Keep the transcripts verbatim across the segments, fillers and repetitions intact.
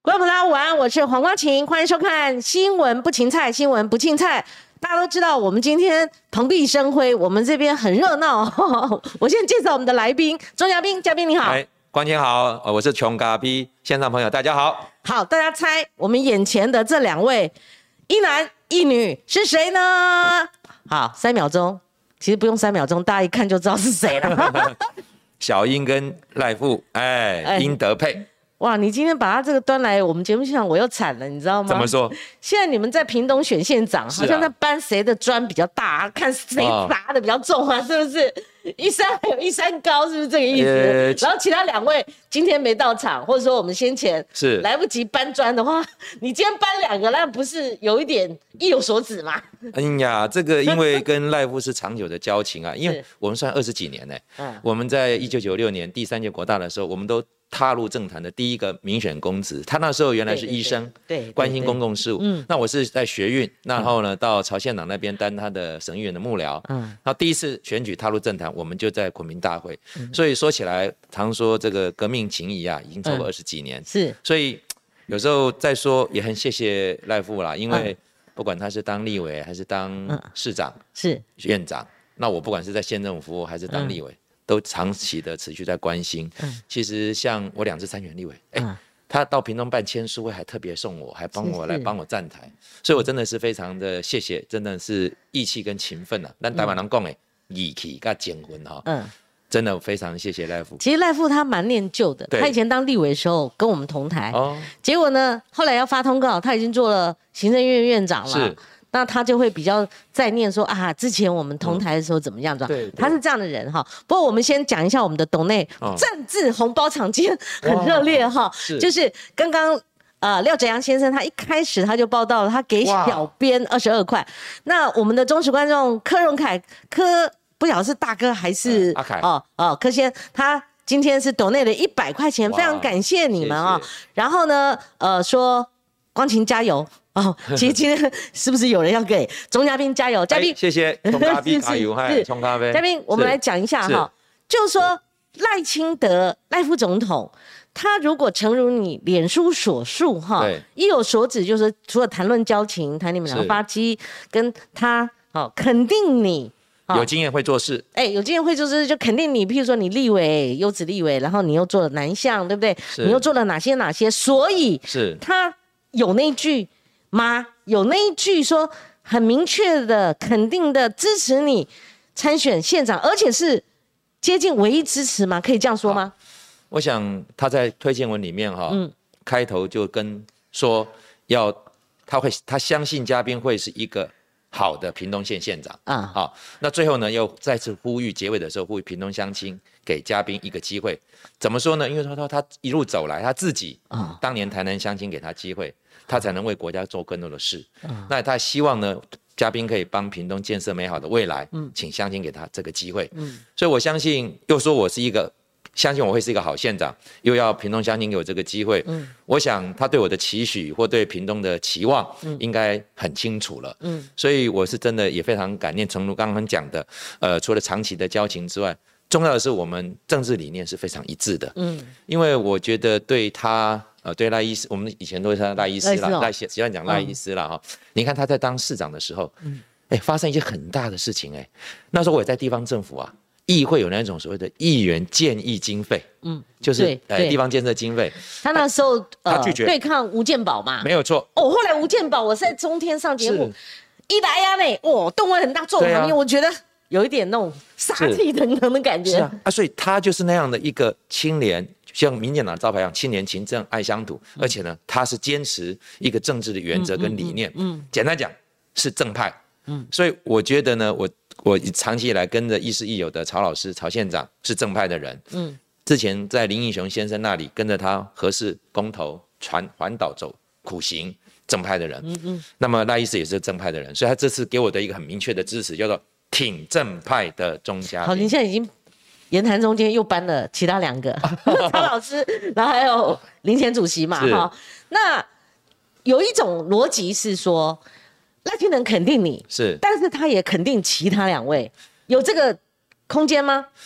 观众朋友大家午安，我是黄光芹，欢迎收看新闻不芹菜，新闻不庆菜。大家都知道，我们今天蓬荜生辉，我们这边很热闹。我先介绍我们的来宾，钟嘉宾，嘉宾你好。 哎，光芹好，我是琼咖啡，线上朋友大家好。 好，大家猜我们眼前的这两位一男一女是谁呢？好，三秒钟，其实不用三秒钟，大家一看就知道是谁了。 小英跟赖富，哎，哎英德配。 哇，你今天把他这个端来我们节目现场，我又惨了，你知道吗？ 怎么说？现在你们在屏东选县长，好像在搬谁的砖比较大、啊，看谁砸的比较重啊，是不是？一山还有一山高，是不是这个意思？呃、然后其他两位今天没到场，或者说我们先前是来不及搬砖的话，你今天搬两个，那不是有一点意有所指吗？ 哎呀，这个因为跟赖富是长久的交情啊，因为我们算二十几年呢、欸。嗯、我们在一九九六年第三届国大的时候，我们都踏入政坛的第一个民选公职，他那时候原来是医生，对， 对， 对， 对，关心公共事务。嗯，那我是在学运，然后呢到曹县长那边当他的省议员的幕僚。嗯，然后第一次选举踏入政坛，我们就在昆明大会。嗯、所以说起来，常说这个革命情谊啊，已经超过二十几年。嗯、是，所以有时候再说也很谢谢赖富啦，因为不管他是当立委还是当市长、嗯、是院长，那我不管是在县政府服务还是当立委。嗯，都长期的持续在关心。嗯、其实像我两次参选立委，哎、嗯，他到屏东办签书会还特别送我，还帮我来帮我站台，所以我真的是非常的谢谢，真的是义气跟勤奋啊。但台湾人讲的义气跟坚魂哈，嗯，真的非常谢谢赖富。 其实赖富他蛮念旧的，他以前当立委的时候跟我们同台，哦，结果呢后来要发通告，他已经做了行政院院长了。是。那他就会比较在念说啊，之前我们同台的时候怎么样？嗯、对，他是这样的人哈。不过我们先讲一下我们的斗内、哦、政治红包场今天很热烈哈，就是刚刚呃廖哲阳先生他一开始他就报道了，他给小编二十二块。那我们的忠实观众柯荣凯柯不晓得是大哥还是、嗯、阿凯哦哦柯先他。今天是斗内的一百块钱，非常感谢你们啊、哦。然后呢，呃，说光芹加油。哦，其实今天是不是有人要给钟嘉宾加油？嘉宾、哎， 谢谢，冲咖啡加油，嗨，冲咖啡。 嘉宾，我们来讲一下哈，就是说赖清德赖副总统，他如果诚如你脸书所述哈，意有所指，就是除了谈论交情，谈你们两个发迹，跟他哦肯定你。 有经验会做事， 哎、欸，有经验会做事就肯定你，譬如说你立委优质立委，然后你又做了南向，对不对？你又做了哪些哪些，所以是他有那句吗？有那一句说很明确的、肯定的支持你参选县长，而且是接近唯一支持吗？可以这样说吗？ 我想他在推荐文里面哈，嗯，开头就跟说要他会他相信嘉宾会是一个好的屏东县县长啊，好，那最后呢又再次呼吁结尾的时候呼吁屏东乡亲给嘉宾一个机会，怎么说呢？因为他说他一路走来他自己啊，当年台南乡亲给他机会。他才能为国家做更多的事。嗯、那他希望呢，嘉宾可以帮屏东建设美好的未来。嗯，请乡亲给他这个机会。嗯，所以我相信，又说我是一个，相信我会是一个好县长，又要屏东乡亲给我这个机会。嗯，我想他对我的期许或对屏东的期望，应该很清楚了。嗯，所以我是真的也非常感念，诚如刚刚讲的，呃，除了长期的交情之外，重要的是我们政治理念是非常一致的。嗯，因为我觉得对他。呃，对赖医师，我们以前都会称赖医师啦，赖习惯讲赖医师啦哈。嗯、你看他在当市长的时候，嗯，哎，发生一些很大的事情哎。那时候我也在地方政府啊，议会有那种所谓的议员建议经费，嗯，就是哎地方建设经费。 他那时候他拒绝对抗吴健宝嘛， 没有错。 哦，后来吴健宝我是在中天上节目，一来呀呢，哇，动作很大，坐旁边，我觉得有一点那种杀气腾腾的感觉。 是啊，啊，所以他就是那样的一个清廉。像民进党招牌一样，清廉勤政爱乡土，而且呢，他是坚持一个政治的原则跟理念。嗯，嗯嗯简单讲是正派。嗯，所以我觉得呢，我我长期以来跟着亦师亦友的曹老师、曹县长是正派的人。嗯，之前在林义雄先生那里跟着他核四公投传环岛走苦行，正派的人。嗯嗯，那么赖医师也是正派的人，所以他这次给我的一个很明确的支持，叫做挺正派的钟嘉宾。 好，你现在已经。言谈中间又搬了其他两个曹老师，然后还有林前主席嘛哈。那有一种逻辑是说，赖清德肯定你是，但是他也肯定其他两位，有这个空间吗？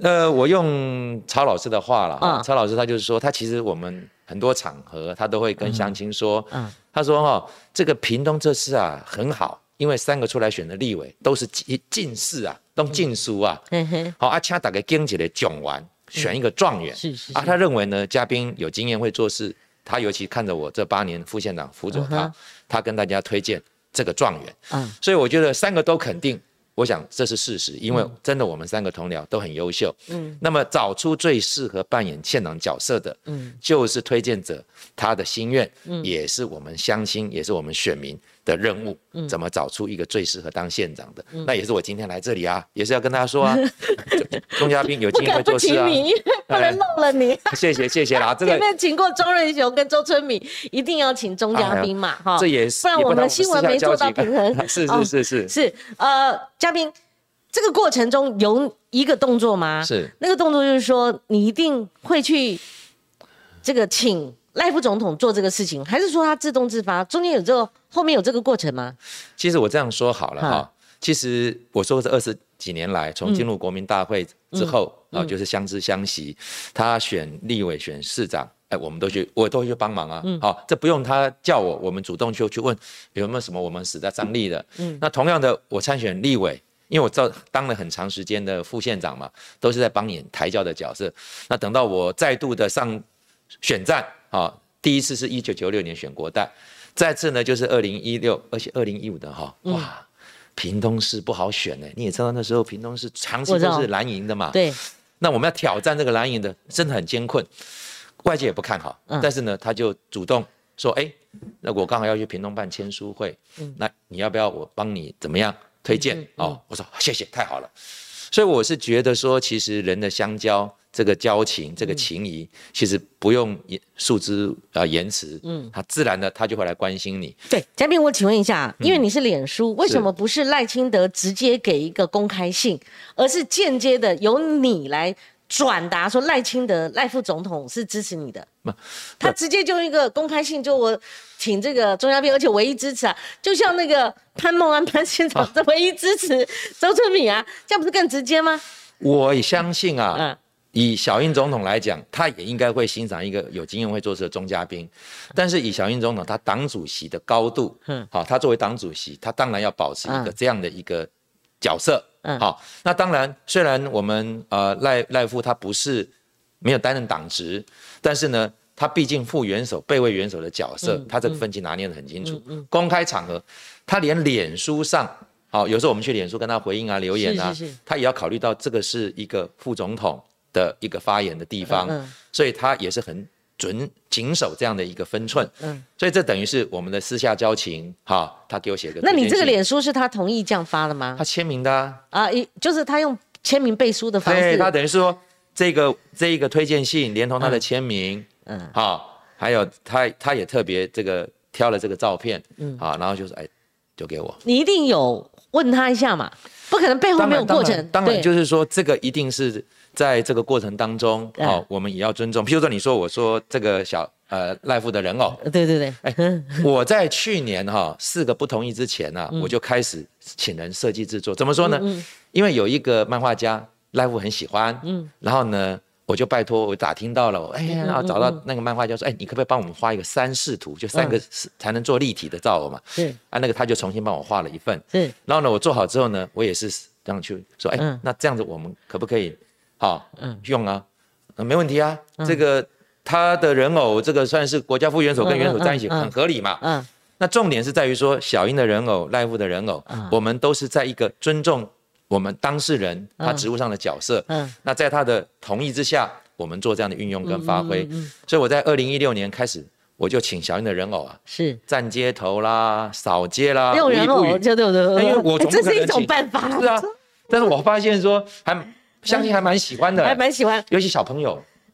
呃，我用曹老师的话了哈，曹老师他就是说，他其实我们很多场合他都会跟乡亲说，嗯，他说哈，这个屏东这次啊很好，因为三个出来选的立委都是进士啊，都进书啊，好啊，请大家跟起来讲完，选一个状元，是是啊，他认为呢，嘉宾有经验会做事，他尤其看着我这八年副县长辅佐他，他跟大家推荐这个状元，嗯，所以我觉得三个都肯定。我想这是事实，因为真的我们三个同僚都很优秀。嗯，那么找出最适合扮演县长角色的，嗯，就是推荐者他的心愿，嗯，也是我们乡亲，也是我们选民的任务。嗯，怎么找出一个最适合当县长的？嗯、那也是我今天来这里啊，也是要跟大家说啊，钟嘉宾有经验会做事啊， 不能漏了你。 谢谢谢谢啦，这个前面请过钟润雄跟周春米，一定要请钟嘉宾嘛，哈、哎， 这也是， 不然我们新闻没做到平衡。 是是是是、哦、 是，呃。嘉宾，这个过程中有一个动作吗？ 是那个动作就是说，你一定会去这个请赖副总统做这个事情，还是说他自动自发？中间有这个后面有这个过程吗？ 其实我这样说好了哈，其实我说这二十几年来，从进入国民大会之后，嗯嗯、就是相知相惜，他选立委、选市长。哎，我们都去，我都会去帮忙啊。嗯，好、哦，这不用他叫我，我们主动去去问有没有什么我们死在张力的。嗯，那同样的，我参选立委，因为我当当了很长时间的副县长嘛，都是在帮演台教的角色。那等到我再度的上选战啊、哦，第一次是一九九六年选国代，再次呢就是二零一六，而且二零一五的哈、哦，哇，嗯、屏东市不好选呢。你也知道那时候屏东市长期都是蓝营的嘛。 对。 那我们要挑战这个蓝营的，真的很艰困。外界也不看好，嗯、但是呢，他就主动说：“哎，那我刚好要去屏东办签书会，嗯、那你要不要我帮你怎么样推荐？”嗯嗯、哦，我说谢谢，太好了。所以我是觉得说，其实人的相交，这个交情，这个情谊，嗯、其实不用诉之呃言辞，嗯，他自然的他就会来关心你。 对，嘉宾，我请问一下，因为你是脸书，嗯、为什么不是赖清德直接给一个公开信，而是间接的由你来？转达说赖清德赖副总统是支持你的，他直接就一个公开信，就我请这个钟嘉宾，而且唯一支持啊，就像那个潘孟安潘县长的唯一支持周春米啊，这样不是更直接吗？ 我也相信啊，嗯、以小英总统来讲，他也应该会欣赏一个有经验会做事的钟嘉宾，但是以小英总统他党主席的高度，嗯，好，他作为党主席，他当然要保持一个这样的一个角色。嗯，好，那当然，虽然我们呃赖赖副他不是没有担任党职，但是呢，他毕竟副元首、备位元首的角色，嗯、他这个分歧拿捏得很清楚。嗯嗯、公开场合，他连脸书上，好、哦，有时候我们去脸书跟他回应啊、留言啊，是是是他也要考虑到这个是一个副总统的一个发言的地方，嗯嗯、所以他也是很准谨守这样的一个分寸。嗯，所以这等于是我们的私下交情，哈，他给我写个。 那你这个脸书是他同意这样发的吗？ 他签名的啊， 啊，就是他用签名背书的方式。 对，他等于是说这个这一个推荐信连同他的签名，嗯，好，还有他他也特别这个挑了这个照片，嗯，好，然后就是哎，就给我。 你一定有问他一下嘛？不可能背后没有过程。 当然，当然就是说这个一定是。在这个过程当中，好、哦，我们也要尊重。譬如说，你说我说这个小呃赖副的人偶， 对对对， 哎，我在去年哈、哦、四个不同意之前呢、啊，嗯、我就开始请人设计制作。怎么说呢？嗯嗯、因为有一个漫画家赖副很喜欢，嗯，然后呢，我就拜托我打听到了，哎，然后找到那个漫画家说，哎，你可不可以帮我们画一个三视图，就三个才能做立体的照嘛？是啊，那个他就重新帮我画了一份，是。然后呢，我做好之后呢，我也是这样去说，哎，嗯、那这样子我们可不可以？好，嗯，用啊，呃、没问题啊。嗯、这个他的人偶，这个算是国家副元首跟元首在一起，很合理嘛。嗯，嗯那重点是在于说，小英的人偶、赖副的人偶，嗯、我们都是在一个尊重我们当事人他职务上的角色。嗯，嗯那在他的同意之下，我们做这样的运用跟发挥。嗯嗯嗯、所以我在二零一六年开始，我就请小英的人偶啊，是站街头啦、扫街啦， 用人偶就对对对， 因为我总不可能请， 这是一种办法。 是啊，但是我发现说还。相信还蛮喜欢的， 还蛮喜欢， 尤其小朋友，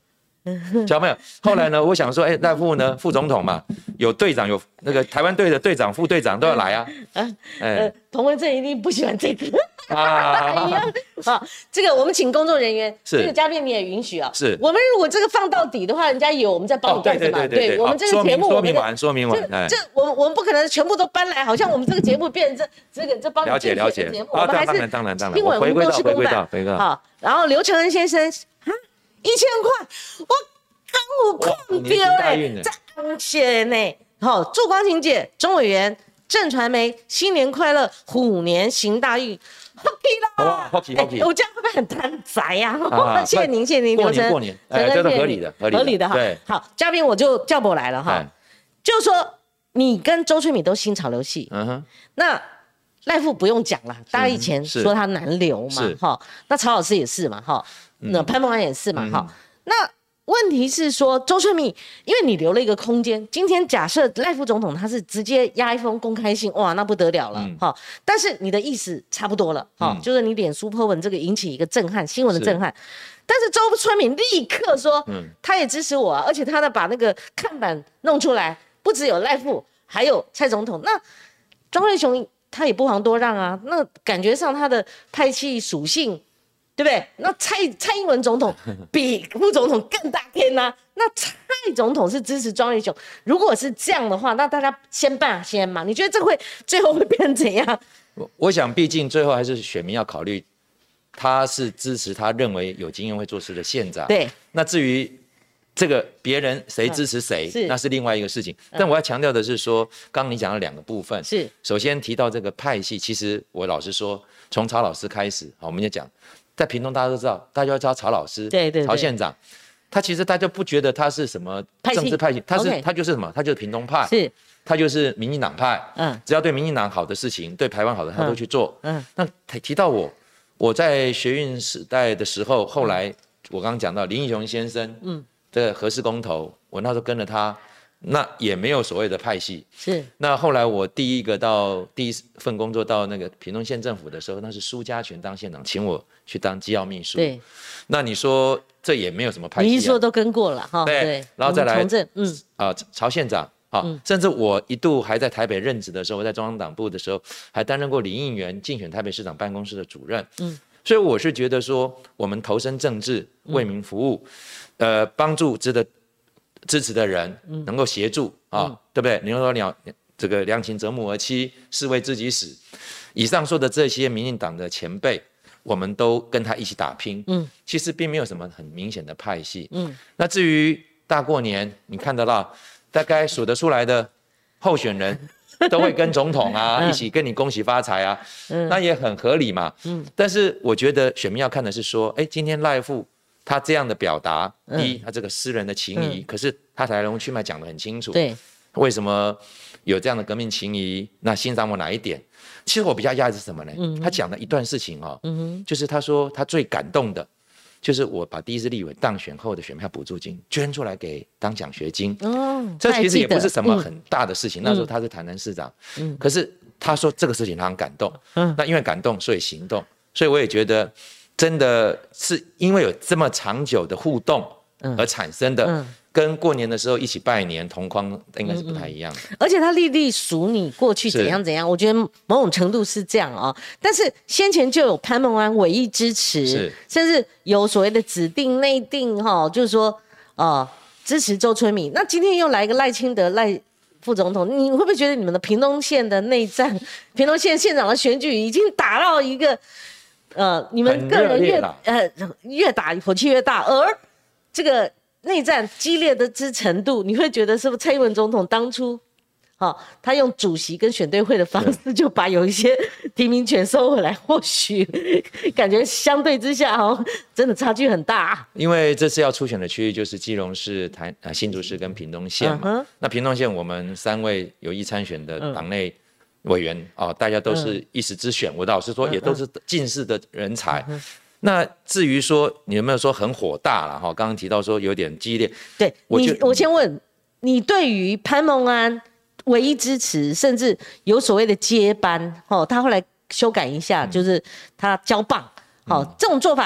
小朋友。后来呢，我想说，哎，赖副呢，副总统嘛，有队长，有那个台湾队的队长、副队长都要来啊。 哎、呃，童文正一定不喜欢这个。啊，好，这个我们请工作人员，这个嘉宾你也允许啊。 是， 我们如果这个放到底的话，人家以为我们在帮你干什么？ 对对对对， 我们这个节目说明完，说明完。 这我们我们不可能全部都搬来，好像我们这个节目变成这这个这帮你了解了解节目，我们还是当然当然当然， 听闻回归到回归到回归到。 好，然后刘承恩先生啊，一千块，我刚我空丢哎，这谢呢。好，祝光庭姐、钟委员、郑传媒新年快乐，虎年行大运。Hockey 啦！ 哇 ，Hockey Hockey， 我这样会不会很贪财呀？谢谢您，谢谢您， 过年过年，哎，这是合理的，合理的， 合理的哈。 对， 好，嘉宾我就叫不来了哈。就是说，你跟周春米都新潮流系，嗯哼。那赖副不用讲了，大家以前说他南流嘛，哈。那曹老师也是嘛，哈。那潘孟安也是嘛，哈。那问题是说，周春米，因为你留了一个空间。今天假设赖副总统他是直接压一封公开信，哇，那不得了了哈、嗯。但是你的意思差不多了哈、嗯，就是你脸书 po 文这个引起一个震撼，新闻的震撼。但是周春米立刻说，嗯，他也支持我、啊，而且他呢把那个看板弄出来，不只有赖副，还有蔡总统。那庄瑞雄他也不遑多让啊，那感觉上他的派系属性。对不对？那蔡蔡英文总统比副总统更大天呐、啊。那蔡总统是支持庄瑞雄，如果是这样的话，那大家先办先嘛？你觉得这会最后会变成怎样？ 我我想，毕竟最后还是选民要考虑，他是支持他认为有经验会做事的县长。 对。 那至于这个别人谁支持谁、嗯，那是另外一个事情。但我要强调的是说，刚刚你讲了两个部分。 是。 首先提到这个派系，其实我老实说，从曹老师开始，好，我们就讲。在屏东，大家都知道，大家要知道曹老师， 对对对， 曹县长，他其实大家不觉得他是什么政治派系，他是、okay. 他就是什么，他就是屏东派， 是， 他就是民进党派，嗯，只要对民进党好的事情，对台湾好的，他都去做，嗯。那提到我，我在学运时代的时候，后来我刚刚讲到林义雄先生，嗯，这个核四公投，我那时候跟着他。那也没有所谓的派系， 是。 那后来我第一个到第一份工作到那个屏东县政府的时候，那是苏家全当县长，请我去当机要秘书。 对。 那你说这也没有什么派系、啊， 你一说都跟过了哈。 对。对然后再来， 嗯啊、呃，曹县长啊、嗯，甚至我一度还在台北任职的时候，我在中央党部的时候，还担任过李应元竞选台北市长办公室的主任。嗯。所以我是觉得说，我们投身政治，为民服务，嗯、呃，帮助值得。支持的人能够协助、嗯、啊、嗯，对不对？你说鸟这个良禽择木而栖，是为知己死。以上说的这些民进党的前辈，我们都跟他一起打拼。嗯，其实并没有什么很明显的派系。嗯，那至于大过年，你看得到，大概数得出来的候选人，都会跟总统啊、嗯、一起跟你恭喜发财啊、嗯，那也很合理嘛。嗯，但是我觉得选民要看的是说，哎，今天赖副。他这样的表达，第一，他这个私人的情谊，嗯、可是他来龙去脉讲得很清楚。 对， 为什么有这样的革命情谊？那欣赏我哪一点？其实我比较讶异是什么呢？嗯、他讲了一段事情哦、嗯，就是他说他最感动的，就是我把第一次立委当选后的选票补助金捐出来给当奖学金。哦，这其实也不是什么很大的事情。嗯、那时候他是台南市长，嗯，可是他说这个事情他很感动。嗯，那因为感动，所以行动。所以我也觉得。真的是因为有这么长久的互动而产生的，嗯嗯、跟过年的时候一起拜年同框应该是不太一样的。 嗯嗯、而且他历历数你过去怎样怎样，我觉得某种程度是这样啊、哦。但是先前就有潘孟安委意支持，甚至有所谓的指定内定哈、哦，就是说呃支持周春米。那今天又来一个赖清德赖副总统，你会不会觉得你们的屏东县的内战，屏东县县长的选举已经打到一个？呃，你们个人越呃越打火气越大，而这个内战激烈的之程度，你会觉得是不是蔡英文总统当初，哦，他用主席跟选对会的方式就把有一些提名权收回来，或许感觉相对之下哦，真的差距很大、啊。 因为这次要出选的区域就是基隆市、台啊新竹市跟屏东县嘛，嗯、那屏东县我们三位有意参选的党内。嗯委员哦，大家都是一时之选，嗯、我老实说也都是进士的人才。嗯、那至于说你有没有说很火大了哈？刚刚提到说有点激烈， 对我你我先问你，对于潘孟安唯一支持，甚至有所谓的接班哦，他后来修改一下，嗯、就是他交棒，好、嗯、这种做法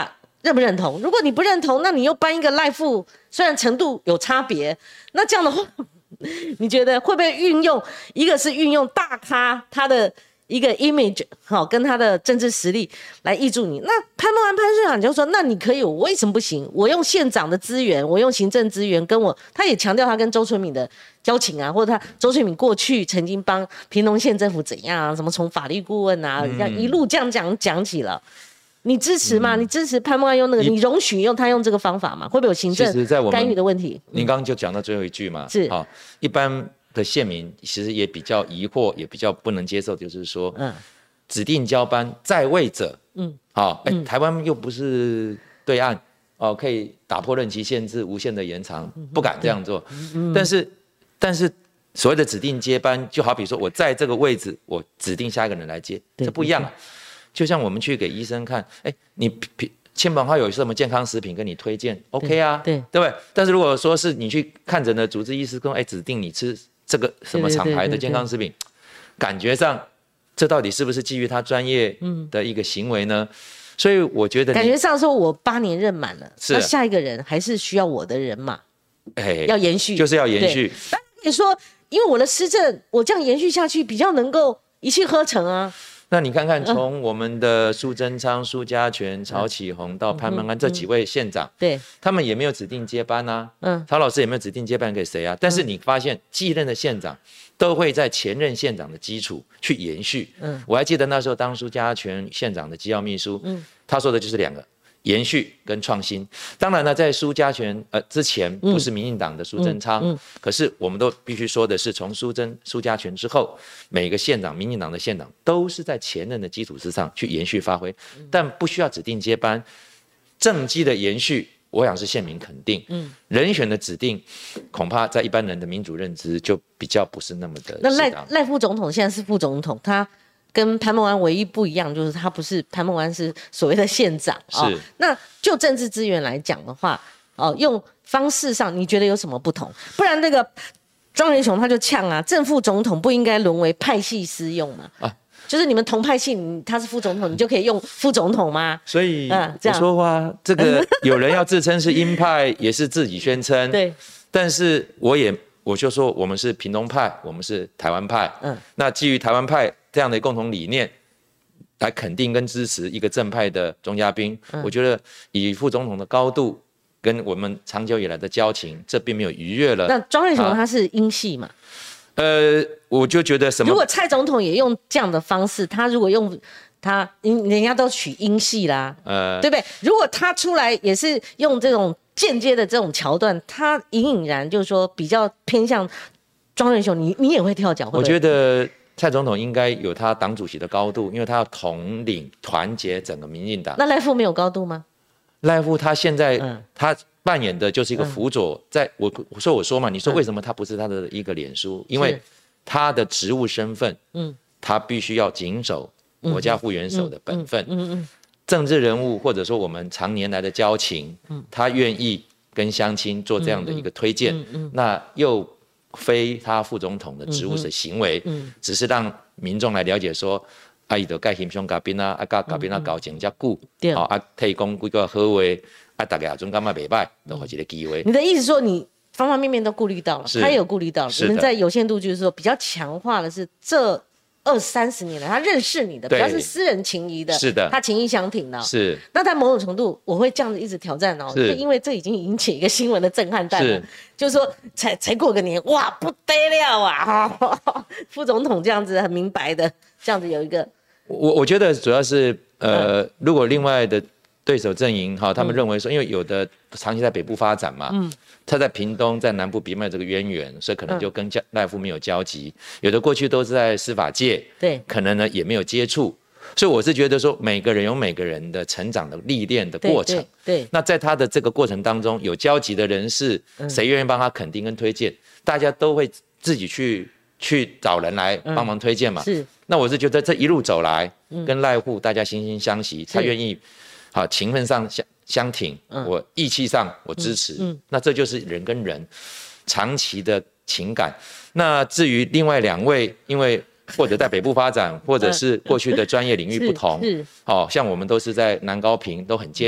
认不认同？如果你不认同，那你又颁一个赖副，虽然程度有差别，那这样的话，你觉得会不会运用？一个是运用大咖他的一个 image 好，跟他的政治实力来挹注你。那潘孟安潘市长就说，那你可以，我为什么不行？我用县长的资源，我用行政资源，跟我他也强调他跟周春敏的交情啊，或者他周春敏过去曾经帮屏东县政府怎样啊，什么从法律顾问啊，这样一路这样讲讲起了。你支持吗？嗯、你支持潘孟安用那个？你容许用他用这个方法吗？会不会有行政干预的问题？ 您刚刚就讲到最后一句嘛，是好、哦，一般的县民其实也比较疑惑，也比较不能接受，就是说，嗯，指定交班在位者，嗯，好、哦，哎、嗯，台湾又不是对岸，哦，可以打破任期限制，无限的延长，不敢这样做，嗯、但是，但是所谓的指定接班，就好比说我在这个位置，我指定下一个人来接，这不一样啊。就像我们去给医生看，哎，你亲朋好友有什么健康食品跟你推荐 ，OK 啊，对对不对？但是如果说是你去看诊的主治医师跟哎指定你吃这个什么厂牌的健康食品，感觉上这到底是不是基于他专业的一个行为呢？嗯、所以我觉得感觉上说我八年任满了，那下一个人还是需要我的人嘛，哎，要延续， 就是要延续。 但你说，因为我的施政，我这样延续下去，比较能够一气呵成啊。 那你看看，从我们的苏贞昌、苏家全、曹启宏到潘孟安这几位县长，对，他们也没有指定接班啊。嗯，曹老师也没有指定接班给谁啊？但是你发现继任的县长都会在前任县长的基础去延续。嗯，我还记得那时候当苏家全县长的机要秘书，嗯，他说的就是两个。延续跟创新，当然呢，在苏家全呃之前不是民进党的苏贞昌，嗯嗯嗯、可是我们都必须说的是，从苏贞苏家全之后，每个县长，民进党的县长都是在前任的基础之上去延续发挥，但不需要指定接班，政绩的延续，我想是县民肯定，嗯，人选的指定，恐怕在一般人的民主认知就比较不是那么的。 那赖赖副总统现在是副总统，他。跟潘孟安唯一不一样，就是他不是潘孟安是所谓的县长啊、哦。那就政治资源来讲的话，哦，用方式上你觉得有什么不同？不然那个庄人雄他就呛啊，正副总统不应该沦为派系私用嘛？啊，就是你们同派系，他是副总统，你就可以用副总统吗？ 所以，嗯，我说话这个有人要自称是鹰派，也是自己宣称。对，但是我也我就说我们是屏东派，我们是台湾派。嗯，那基于台湾派。这样的共同理念来肯定跟支持一个正派的钟嘉宾、嗯，我觉得以副总统的高度跟我们长久以来的交情，这并没有逾越了。 那庄瑞雄他是英系嘛？ 呃，我就觉得什么？ 如果蔡总统也用这样的方式，他如果用他，人家都取英系啦，呃，对不对？如果他出来也是用这种间接的这种桥段，他隐隐然就是说比较偏向庄瑞雄，你你也会跳脚？ 我觉得。蔡总统应该有他党主席的高度，因为他要统领团结整个民进党。 那赖副没有高度吗？ 赖副他现在、嗯、他扮演的就是一个辅佐，嗯、在我我说我说嘛，你说为什么他不是他的一个脸书？嗯、因为他的职务身份，嗯，他必须要谨守国家副元首的本分。嗯嗯嗯嗯、政治人物或者说我们常年来的交情，嗯、他愿意跟乡亲做这样的一个推荐，嗯嗯嗯、那又。非他副总统的职务的行为，嗯嗯、只是让民众来了解说，啊，伊就该欣赏嘉宾啊，啊，甲嘉宾啊交情遮久，哦，啊，提供几个好话，啊，大家也总感觉袂歹，都有一个机会。 你的意思说，你方方面面都顾虑到了，他也有顾虑到了，你们在有限度就是说比较强化的是这二三十年来他认识你的，比较是私人情谊的，是的，他情谊相挺的，是。那在某种程度，我会这样子一直挑战哦，就因为这已经引起一个新闻的震撼弹了，就是说才才过个年，哇，不得了啊！哈，副总统这样子很明白的，这样子有一个， 我我觉得主要是呃，嗯、如果另外的对手阵营哈，他们认为说，因为有的长期在北部发展嘛，嗯。他在屏东，在南部比没有这个渊源，所以可能就跟赖副没有交集。嗯、有的过去都是在司法界，对，可能呢也没有接触。所以我是觉得说，每个人有每个人的成长的历练的过程。对，对对那在他的这个过程当中，有交集的人士，谁愿意帮他肯定跟推荐，嗯、大家都会自己去去找人来帮忙推荐嘛。嗯、是。那我是觉得这一路走来，嗯、跟赖副大家惺惺相惜，他愿意，好情分上相。相挺，我义气上我支持，嗯嗯、那这就是人跟人长期的情感。那至于另外两位，因为或者在北部发展，或者是过去的专业领域不同，哦，像我们都是在南高屏都很接近，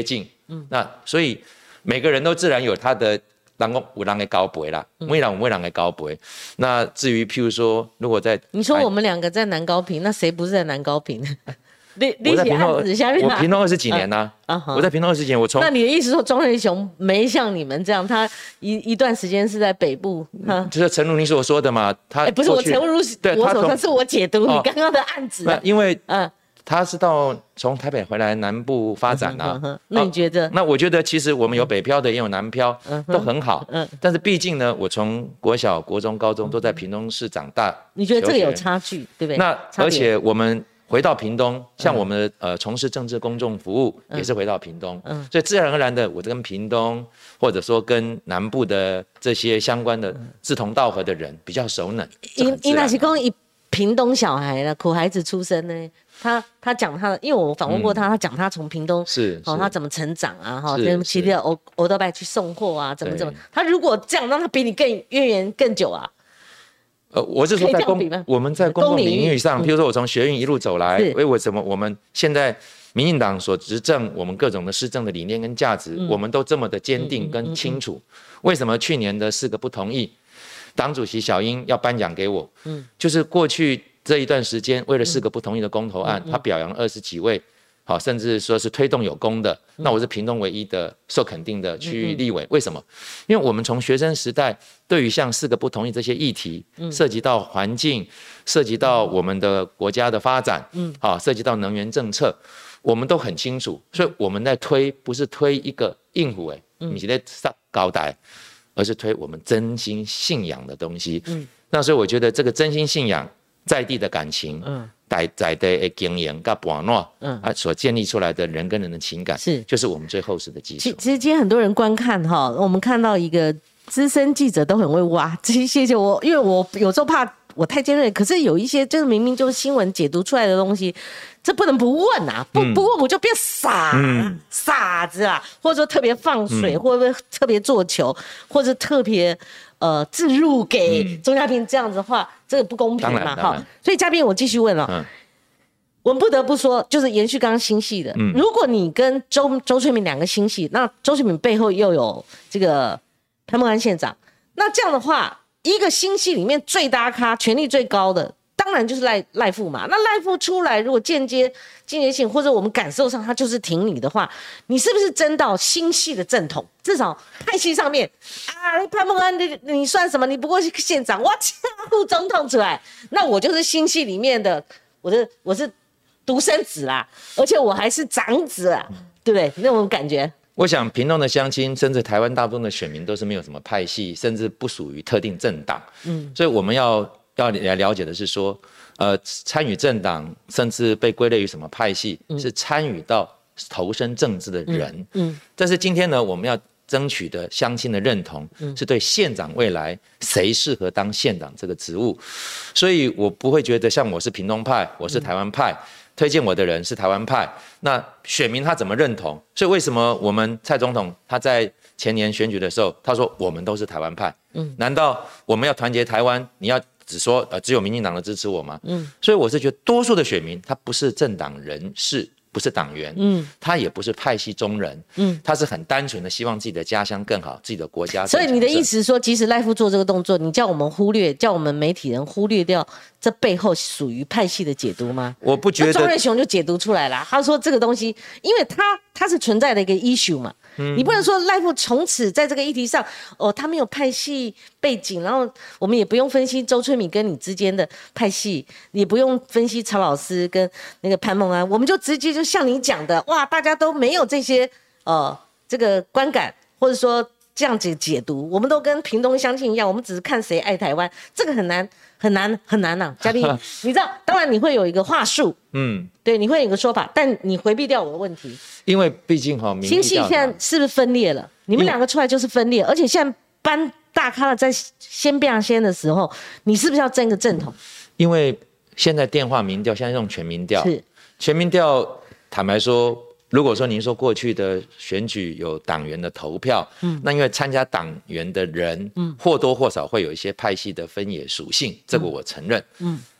嗯，那所以每个人都自然有他的。人讲有人的高培啦，每人有每人的高培。那至于譬如说，如果在你说我们两个在南高屏，那谁不是在南高屏？ 你我在屏东，我屏东二十几年呐、啊啊，我在屏东二十几年，我从那你的意思说庄瑞雄没像你们这样，他一一段时间是在北部， 嗯、就是陈如你所说的嘛，他、 欸、不是我陈如， 对， 我所说是我解读你刚刚的案子、啊哦，因为嗯。他是到从台北回来南部发展啊， 嗯、那你觉得、 啊？那我觉得其实我们有北漂的，也有南漂，嗯、都很好。嗯，但是毕竟呢，我从国小、国中、高中都在屏东市长大。 你觉得这个有差距，对不对？ 那而且我们回到屏东，像我们呃从事政治公众服务，也是回到屏东，嗯，所以自然而然的，我跟屏东或者说跟南部的这些相关的志同道合的人比较熟稔。 因因那是讲以屏东小孩了，苦孩子出身呢。他他讲他的，因为我访问过他，嗯、他讲他从屏东是， 哦，他怎么成长啊，哈，跟骑着欧欧德拜去送货啊，怎么怎么，他如果这样，那他比你更渊源更久啊。 呃，我是说在公我们在公共领域上，譬如说我从学运一路走来，为为什么我们现在民进党所执政，我们各种的施政的理念跟价值，嗯、我们都这么的坚定跟清楚？嗯嗯嗯、为什么去年的四个不同意，党主席小英要颁奖给我？嗯，就是过去。这一段时间，为了四个不同意的公投案，嗯嗯、他表扬了二十几位，好，甚至说是推动有功的。嗯、那我是屏东唯一的受肯定的区域立委，嗯嗯、为什么？因为我们从学生时代，对于像四个不同意这些议题，嗯、涉及到环境，涉及到我们的国家的发展，嗯，好，涉及到能源政策，我们都很清楚。所以我们在推，不是推一个应付，哎，你是在上高台，而是推我们真心信仰的东西。嗯，那所以我觉得这个真心信仰。在地的感情，嗯，在在地的经营跟伴络，嗯，啊，所建立出来的人跟人的情感，是，就是我们最厚实的基础。 其实今天很多人观看哈，我们看到一个资深记者都很会挖，这谢谢我，因为我有时候怕我太尖锐，可是有一些就是明明就是新闻解读出来的东西，这不能不问啊，不不问我就变傻、嗯、傻子啊，或者说特别放水，嗯、或者特别做球，或者特别。呃，置入给钟嘉宾这样子的话，嗯、这个不公平嘛，哈。所以嘉宾，我继续问了、哦，嗯、我们不得不说，就是延续刚刚新戏的，嗯、如果你跟周周翠敏两个新戏，那周翠敏背后又有这个潘孟安县长，那这样的话，一个新戏里面最大咖、权力最高的，当然就是赖赖副嘛。那赖副出来，如果间接、间接性或者我们感受上他就是挺你的话，你是不是争到新系的正统？至少派系上面啊，潘孟安你你算什么？你不过是县长，我掐副总统出来，那我就是新系里面的，我是我是独生子啦，而且我还是长子啦，对不对？那种感觉。 我想屏东的乡亲，甚至台湾大部分的选民都是没有什么派系，甚至不属于特定政党。嗯，所以我们要要来了解的是说，呃，参与政党，甚至被归类于什么派系，嗯、是参与到投身政治的人。嗯，嗯但是今天呢，我们要争取的乡亲的认同，嗯、是对县长未来谁适合当县长这个职务。所以我不会觉得像我是屏东派，我是台湾派。嗯推荐我的人是台湾派，那选民他怎么认同？所以为什么我们蔡总统他在前年选举的时候，他说我们都是台湾派，嗯，难道我们要团结台湾？你要只说呃只有民进党的支持我吗？嗯，所以我是觉得多数的选民他不是政党人士，不是党员，嗯，他也不是派系中人，嗯，他是很单纯的希望自己的家乡更好，自己的国家更强盛。 所以你的意思是说，即使赖副做这个动作，你叫我们忽略，叫我们媒体人忽略掉这背后属于派系的解读吗？ 我不觉得。 庄瑞雄就解读出来了，他说这个东西，因为他他是存在的一个 issue 嘛。嗯、你不能说赖副从此在这个议题上，哦，他没有派系背景，然后我们也不用分析周翠敏跟你之间的派系，也不用分析曹老师跟那个潘孟安，我们就直接就像你讲的，哇，大家都没有这些呃这个观感，或者说这样子解读，我们都跟屏东乡亲一样，我们只是看谁爱台湾，这个很难很难很难呐、啊，嘉宾，你知道，当然你会有一个话术，嗯，对，你会有一个说法，但你回避掉我的问题。 因为毕竟哈， 新系现在是不是分裂了？你们两个出来就是分裂，而且现在搬大咖了，在先变先的时候，你是不是要争个正统？ 因为现在电话民调，现在用全民调，是全民调。坦白说，如果说您说过去的选举有党员的投票，嗯，那因为参加党员的人，嗯，或多或少会有一些派系的分野属性，这个我承认，嗯。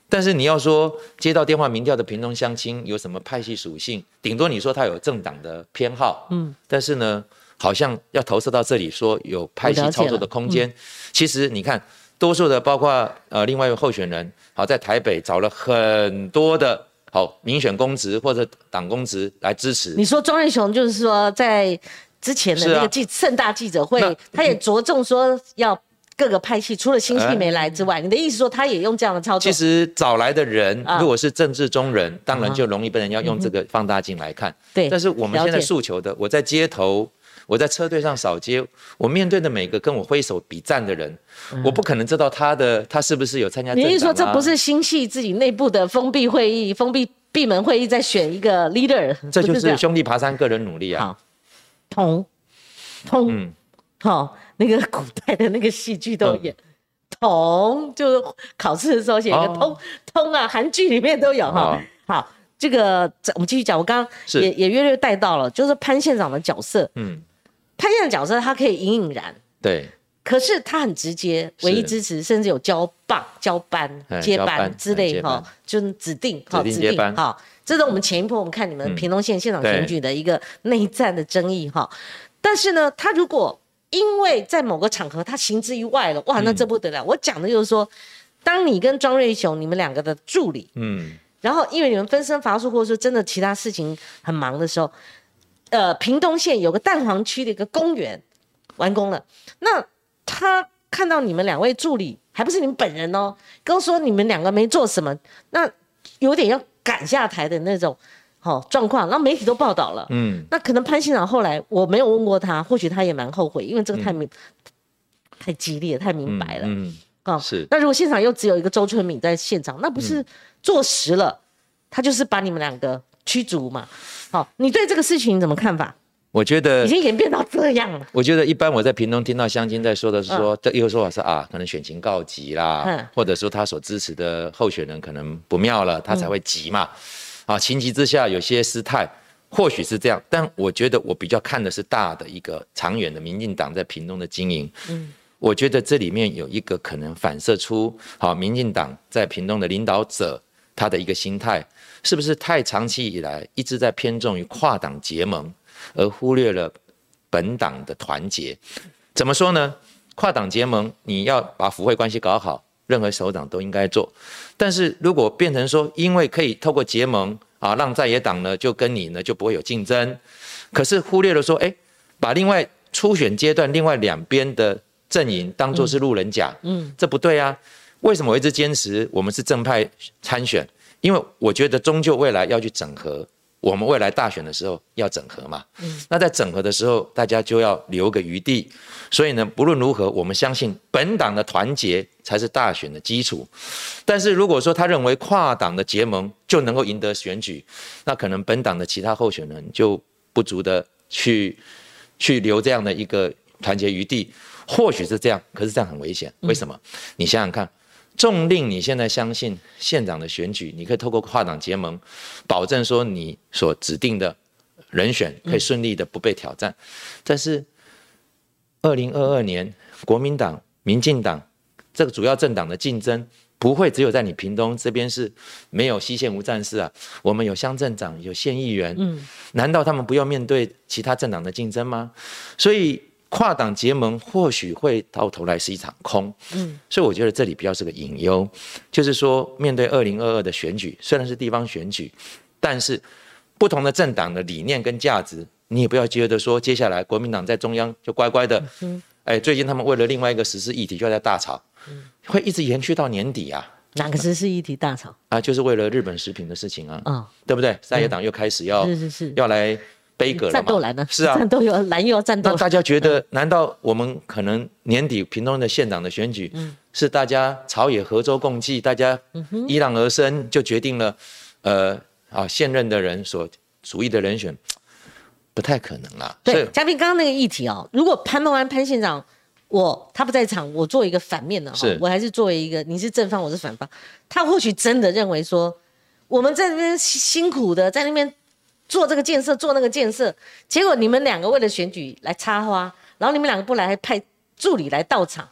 但是你要说接到电话民调的屏东乡亲有什么派系属性，顶多你说他有政党的偏好，嗯，但是呢，好像要投射到这里说有派系操作的空间。嗯、其实你看，多数的包括呃另外一位候选人，好在台北找了很多的好民选公职或者党公职来支持。 你说庄瑞雄就是说在之前的那个记盛大记者会，啊、他也着重说要。各个派系除了新系没来之外，呃、你的意思说他也用这样的操作？ 其实找来的人，啊、如果是政治中人，当然就容易被人家用这个放大镜来看。对、嗯，但是我们现在诉求的，我在街头，我在车队上扫街，我面对的每个跟我挥手比赞的人，嗯、我不可能知道他的他是不是有参加政党啊。你是说这不是新系自己内部的封闭会议、封闭闭门会议在选一个 leader？ 这就是兄弟爬山，个人努力啊。 好，同同，嗯，好、哦。那个古代的那个戏剧都演，通、嗯、就是考试的时候写一个通、哦、通啊，韩剧里面都有哈。哦、好，这个我们继续讲，我刚刚也也略略带到了，就是潘县长的角色。嗯，潘县长角色他可以隐隐然， 对， 可是他很直接，唯一支持，甚至有交棒、交班、接班之类哈，就是指定哈指定哈。这是我们前一波我们看你们屏东县县长选举的一个内战的争议哈。但是呢，他如果因为在某个场合他行之于外了，哇，那这不得了！嗯、我讲的就是说，当你跟庄瑞雄你们两个的助理，嗯，然后因为你们分身乏术，或者说真的其他事情很忙的时候，呃，屏东县有个蛋黄区的一个公园完工了，那他看到你们两位助理，还不是你们本人哦，刚说你们两个没做什么，那有点要赶下台的那种。好、哦、状况，然后媒体都报道了。嗯，那可能潘县长后来我没有问过他，或许他也蛮后悔，因为这个太明、嗯、太激烈、太明白了。嗯，哦、是。那如果现场又只有一个周春敏在现场，那不是坐实了，嗯、他就是把你们两个驱逐嘛？好、哦，你对这个事情怎么看法？ 我觉得已经演变到这样了。 我觉得一般我在屏东听到乡亲在说的是说，这、嗯、一个说法是啊，可能选情告急啦，嗯、或者说他所支持的候选人可能不妙了，他才会急嘛。嗯啊，情急之下有些失态，或许是这样，但我觉得我比较看的是大的一个长远的民进党在屏东的经营。嗯，我觉得这里面有一个可能反射出，好，民进党在屏东的领导者他的一个心态，是不是太长期以来一直在偏重于跨党结盟，而忽略了本党的团结？怎么说呢？跨党结盟，你要把府会关系搞好。任何首长都应该做，但是如果变成说，因为可以透过结盟啊，让在野党呢就跟你呢就不会有竞争，可是忽略了说，哎，把另外初选阶段另外两边的阵营当作是路人甲，嗯，这不对啊。为什么我一直坚持我们是正派参选？因为我觉得终究未来要去整合，我们未来大选的时候要整合嘛，嗯，那在整合的时候，大家就要留个余地。所以呢，不论如何，我们相信本党的团结才是大选的基础。但是如果说他认为跨党的结盟就能够赢得选举，那可能本党的其他候选人就不足的去去留这样的一个团结余地。或许是这样，可是这样很危险。为什么？你想想看，纵令你现在相信县长的选举，你可以透过跨党结盟，保证说你所指定的人选可以顺利的不被挑战，但是二零二二年，国民党、民进党这个主要政党的竞争，不会只有在你屏东这边是没有西县无战事啊，我们有乡镇长、有县议员，嗯，难道他们不要面对其他政党的竞争吗？所以跨党结盟或许会到头来是一场空，嗯，所以我觉得这里比较是个隐忧，就是说面对二零二二的选举，虽然是地方选举，但是不同的政党的理念跟价值。你也不要觉得说，接下来国民党在中央就乖乖的，嗯、哎，最近他们为了另外一个时事议题就在大吵，嗯、会一直延续到年底啊。 哪个时事议题大吵啊？就是为了日本食品的事情啊，哦、对不对？在野党又开始要、 嗯、是是是要来杯葛了嘛， 战斗蓝呢？ 是啊， 战斗有蓝又要战斗。 那大家觉得，难道我们可能年底屏东的县长的选举，嗯、是大家朝野合舟共济，大家依浪而生，就决定了，呃啊现任的人所属意的人选？不太可能啦。 对，嘉宾刚刚那个议题哦，如果潘孟安潘县长，我他不在场，我做一个反面的哈，我还是作为一个你是正方，我是反方，他或许真的认为说，我们在那边辛苦的在那边做这个建设，做那个建设，结果你们两个为了选举来插花，然后你们两个不来，还派助理来到场，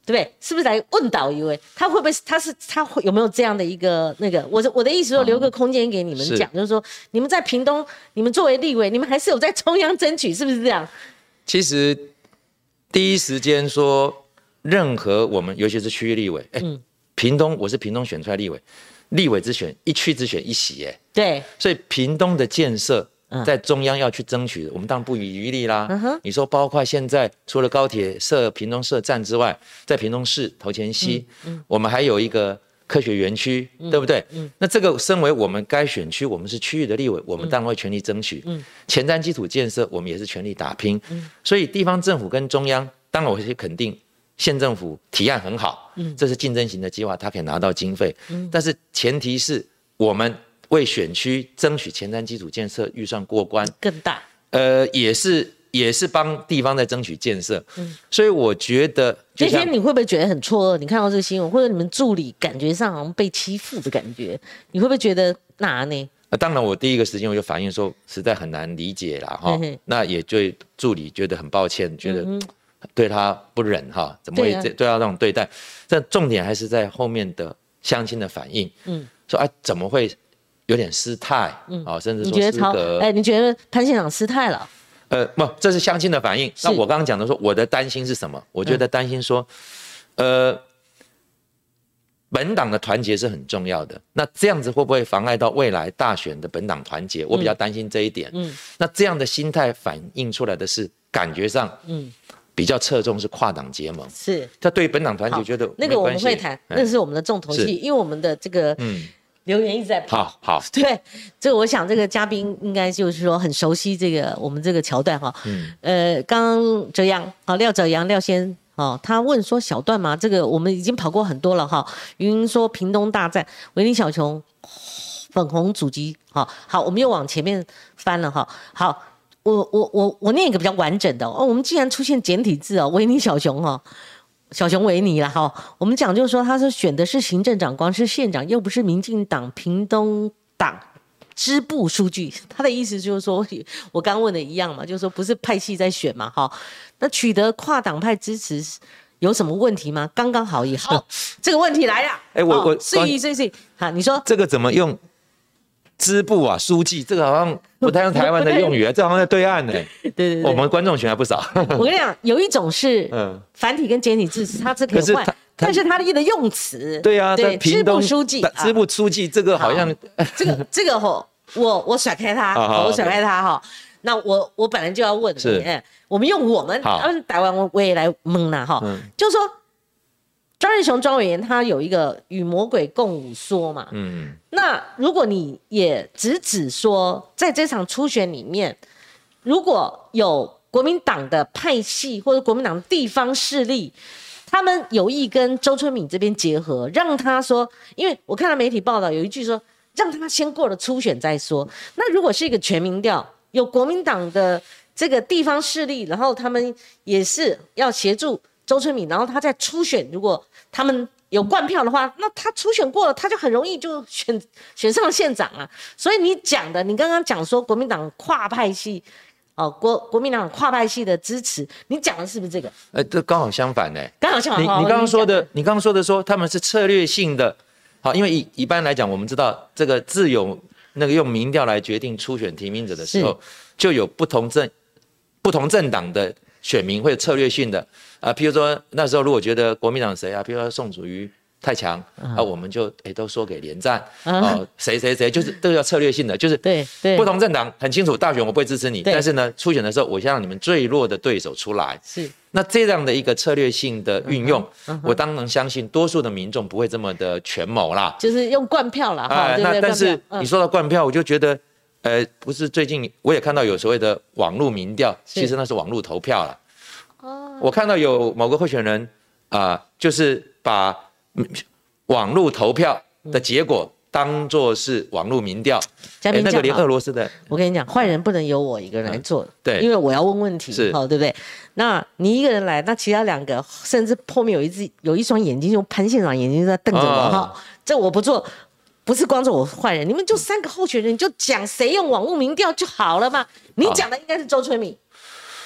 对不对？是不是来问导一位？他会不会？他是他会有没有这样的一个那个？我我的意思说，留个空间给你们讲，嗯、就是说，你们在屏东，你们作为立委，你们还是有在中央争取，是不是这样？ 其实第一时间说，任何我们尤其是区域立委，哎、嗯，屏东我是屏东选出来立委，立委只选一区只选一席，哎， 对， 所以屏东的建设。在中央要去争取的，我们当然不遗余力啦。嗯、你说，包括现在除了高铁设屏东设站之外，在屏东市头前溪，嗯嗯、我们还有一个科学园区，嗯、对不对？嗯、那这个身为我们该选区，我们是区域的立委，我们当然会全力争取。嗯、前瞻基础建设，我们也是全力打拼。嗯、所以地方政府跟中央，当然我会肯定县政府提案很好，嗯、这是竞争型的计划，它可以拿到经费。嗯、但是前提是我们。为选区争取前瞻基础建设预算过关更大， 呃，也是也是帮地方在争取建设，嗯，所以我觉得这些你会不会觉得很错愕？你看到这个新闻，或者你们助理感觉上好像被欺负的感觉，你会不会觉得哪呢？ 呃，当然，我第一个时间我就反映说，实在很难理解啦，哈，那也对助理觉得很抱歉，觉得对他不忍哈，怎么会对他这种对待？但重点还是在后面的乡亲的反应，嗯，说哎怎么会？有点失态，嗯，啊，甚至说失格。 哎，你觉得潘县长失态了？ 呃，不，这是乡亲的反应。那我刚刚讲的说，我的担心是什么？我觉得担心说，嗯、呃，本党的团结是很重要的。那这样子会不会妨碍到未来大选的本党团结？我比较担心这一点。嗯，那这样的心态反映出来的是，感觉上，嗯，比较侧重是跨党结盟。 是， 他对本党团结觉得那个我们会谈，那是我们的重头戏，因为我们的这个，嗯。留言一直在跑， 好，好， 对，这个我想这个嘉宾应该就是说很熟悉这个我们这个桥段哈，嗯，呃，刚刚哲阳，好，廖哲阳廖先，哦，他问说小段嘛，这个我们已经跑过很多了哈，云说屏东大战，维尼小熊，粉红祖籍，好，好，我们又往前面翻了哈，好，我我我我念一个比较完整的哦，我们既然出现简体字哦，维尼小熊哈。小熊维尼啦，哈，我们讲就是说，他是选的是行政长官，是县长，又不是民进党屏东党支部书记。他的意思就是说，我刚问的一样嘛，就是说不是派系在选嘛，哈。那取得跨党派支持有什么问题吗？刚刚好也好，这个问题来了。 哎，我我是是是是，好，你说这个怎么用？支部啊，书记，这个好像不太用台湾的用语啊，这好像在对岸呢、欸。 对对对， 我们观众群还不少。 我跟你讲，有一种是繁体跟简体字，它是可以换，但是它的用词， 对啊， 对，支部书记， 支部书记这个好像， 这个这个吼，我我甩开他，我甩开他哈。那我我本来就要问，哎，我们用我们，他们台湾我我也来蒙了哈，就是说。庄瑞雄庄委员他有一个与魔鬼共舞说嘛，嗯，那如果你也直指说，在这场初选里面，如果有国民党的派系或者国民党的地方势力，他们有意跟周春米这边结合，让他说，因为我看到媒体报道有一句说，让他先过了初选再说。那如果是一个全民调，有国民党的这个地方势力，然后他们也是要协助。周春米，然后他在初选，如果他们有灌票的话，那他初选过了，他就很容易就选选上县长啊。所以你讲的，你刚刚讲说国民党跨派系，哦，国国民党跨派系的支持，你讲的是不是这个？ 呃，这刚好相反呢、欸。 刚好相反。 你你刚刚说的，你刚刚说的说他们是策略性的，好，因为一一般来讲，我们知道这个自有那个用民调来决定初选提名者的时候，就有不同政不同政党的。选民会有策略性的啊，譬如说那时候如果觉得国民党谁啊，譬如说宋楚瑜太强、嗯、啊，我们就哎都说给连战啊，谁谁谁就是都要策略性的，就是对对不同政党很清楚，大选我不会支持你，但是呢初选的时候我先让你们最弱的对手出来，是那这样的一个策略性的运用，嗯嗯、我当然相信多数的民众不会这么的权谋啦， 就是用灌票啦。啊、 呃，那但是你说到灌票，我就觉得。呃，不是最近我也看到有所谓的网络民调，其实那是网络投票了。哦，我看到有某个候选人啊、呃，就是把网络投票的结果当作是网络民调。嘉宾、欸、那个连俄罗斯的， 我跟你讲，坏人不能由我一个人来做、嗯，对，因为我要问问题， 是， 好，对不对？那你一个人来，那其他两个甚至后面有一只有一双眼睛，就潘县长眼睛在瞪着我，哈、哦，这我不做。不是光是我坏人，你们就三个候选人，你就讲谁用网络民调就好了嘛。你讲的应该是周春米，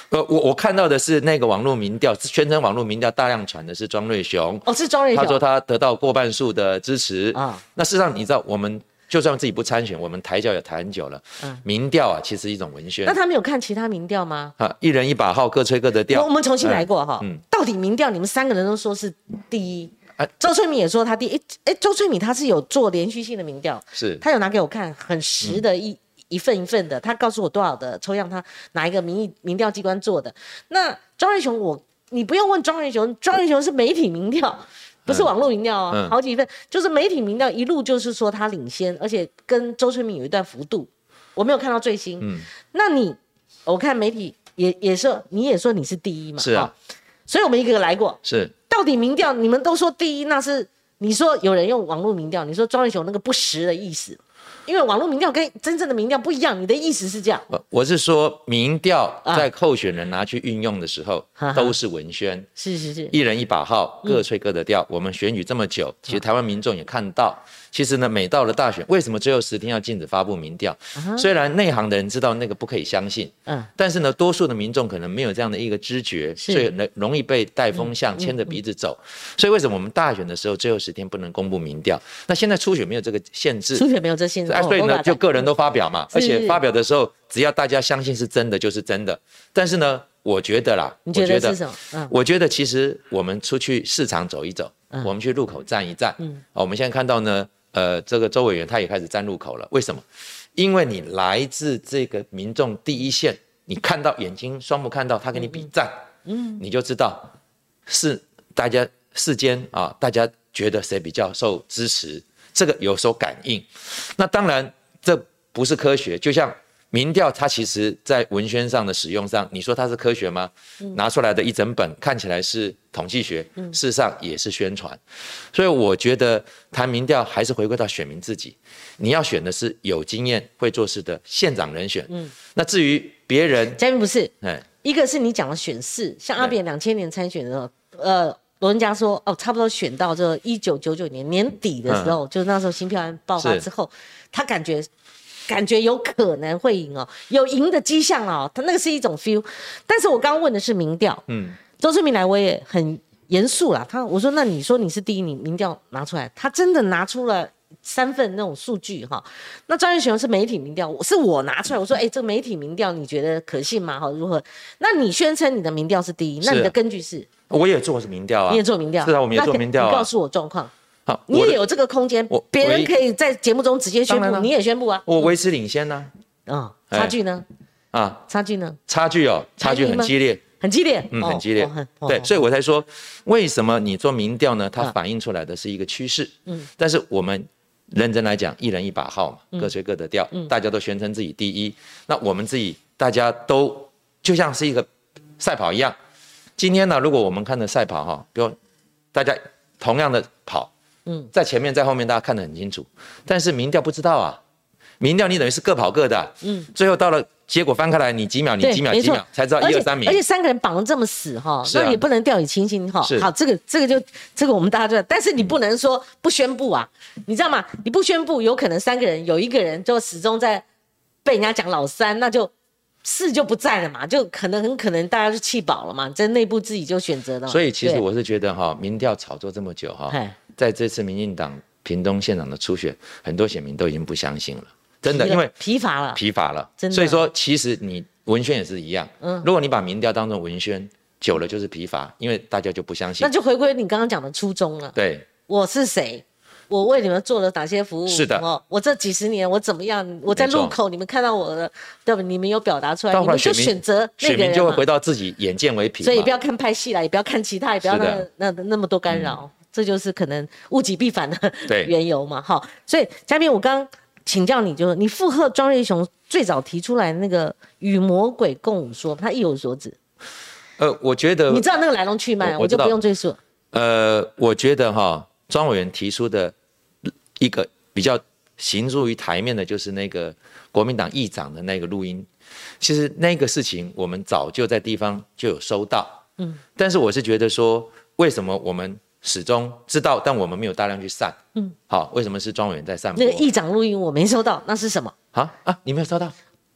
呃，我我看到的是那个网络民调，宣称网络民调大量传的是庄瑞雄。 哦，是庄瑞雄。 他说他得到过半数的支持啊。那事实上，你知道，我们就算自己不参选，我们台教也谈很久了。嗯。民调啊，其实是一种文宣。 那他没有看其他民调吗？ 啊，一人一把号，各吹各的调。 我们重新来过哈。嗯。到底民调，你们三个人都说是第一。啊、周翠敏也说他第一。哎，周翠敏他是有做连续性的民调， 是。 他有拿给我看，很实的一。嗯一份一份的，他告诉我多少的抽样，他哪一个民意民调机关做的。那庄瑞雄，我你不用问庄瑞雄，庄瑞雄是媒体民调，不是网络民调哦，嗯、好几份，就是媒体民调一路就是说他领先，而且跟周春明有一段幅度，我没有看到最新。嗯，那你我看媒体也也说你也说你是第一嘛， 是啊，哦、 所以我们一个个来过， 是到底民调你们都说第一，那是你说有人用网络民调，你说庄瑞雄那个不实的意思。因为网络民调跟真正的民调不一样，你的意思是这样？ 我是说，民调在候选人拿去运用的时候，啊、都是文宣， 是是是， 一人一把号，各吹各的调。嗯、我们选举这么久，其实台湾民众也看到，其实呢，每到了大选，为什么最后十天要禁止发布民调？啊、虽然内行的人知道那个不可以相信，嗯、但是呢，多数的民众可能没有这样的一个知觉，所以容易被带风向，牵着鼻子走。嗯嗯嗯、所以为什么我们大选的时候最后十天不能公布民调？那现在初选没有这个限制， 初选没有这限制。 所以呢，就个人都发表嘛，而且发表的时候，只要大家相信是真的，就是真的。但是呢，我觉得啦， 你觉得是什么？ 嗯、我觉得其实我们出去市场走一走，嗯、我们去路口站一站。嗯、我们现在看到呢，呃，这个周委员他也开始站路口了。为什么？因为你来自这个民众第一线，你看到眼睛双目看到他跟你比赞，嗯，你就知道是大家世间啊，大家觉得谁比较受支持。这个有所感应，那当然这不是科学。就像民调，它其实在文宣上的使用上，你说它是科学吗？嗯、拿出来的一整本看起来是统计学，嗯、事实上也是宣传。所以我觉得谈民调还是回归到选民自己，你要选的是有经验、会做事的县长人选。嗯、那至于别人， 嘉宾不是，一个是你讲的选市，像阿扁两千年参选的时候，呃。罗文嘉说：“哦，差不多选到这一九九九年年底的时候，嗯、就是那时候新票案爆发之后，他感觉感觉有可能会赢哦，有赢的迹象哦。他那个是一种 feel。但是我刚刚问的是民调，嗯，周春明来我也很严肃啦。他我说那你说你是第一，你民调拿出来，他真的拿出了三份那种数据哈。那张瑞雄是媒体民调，是我拿出来，我说哎，这个媒体民调你觉得可信吗？哈，如何？那你宣称你的民调是第一，那你的根据是？” 我也做民调啊， 你也做民调， 是啊，我们也做民调啊。 你告诉我状况，好，你也有这个空间，别人可以在节目中直接宣布，你也宣布啊。 我维持领先呢、 啊，啊、哦，差距呢？啊，差距呢？ 差距哦，差距很激烈， 很激烈， 嗯，很激烈。哦、对，所以我才说，为什么你做民调呢？它反映出来的是一个趋势。嗯，但是我们认真来讲，一人一把号嘛，各吹各的调，嗯、大家都宣称自己第一。那我们自己大家都就像是一个赛跑一样。今天呢，如果我们看的赛跑哈，比如大家同样的跑，嗯，在前面在后面大家看得很清楚，但是民调不知道啊，民调你等于是各跑各的、啊，嗯，最后到了结果翻开来，你几秒，你几秒，几秒才知道一二三名， 而且三个人绑得这么死哈，那、啊、也不能掉以轻心哈。好，这个这个就这个我们大家知道，但是你不能说不宣布啊，你知道吗？你不宣布，有可能三个人有一个人就始终在被人家讲老三，那就。势就不在了嘛，就可能很可能大家就气饱了嘛，在内部自己就选择了。 所以其实我是觉得哈，民调炒作这么久哈，在这次民进党屏东县长的初选，很多选民都已经不相信了，真的，因为疲乏了， 疲乏了。所以说，其实你文宣也是一样，嗯，如果你把民调当成文宣，久了就是疲乏，因为大家就不相信。 那就回归你刚刚讲的初衷了。 对， 我是谁？我为你们做了哪些服务？ 是的， 哦，我这几十年我怎么样？我在路口你们看到我的，对吧？你们有表达出来，你们就选择那个人嘛。选民就会回到自己眼见为凭。 所以不要看派系啦，也不要看其他，也不要那那那么多干扰，嗯、这就是可能物极必反的缘由嘛。哈，所以嘉宾，我刚请教你，就是你附和庄瑞雄最早提出来那个与魔鬼共舞说，他意有所指。 呃，我觉得你知道那个来龙去脉，我, 我就不用赘述。 呃，我觉得哈，庄委员提出的。一个比较行诸于台面的，就是那个国民党议长的那个录音。其实那个事情我们早就在地方就有收到，嗯，但是我是觉得说，为什么我们始终知道，但我们没有大量去散，嗯，好，为什么是庄委员在散播？ 那个议长录音我没收到，那是什么？ 啊啊，你没有收到？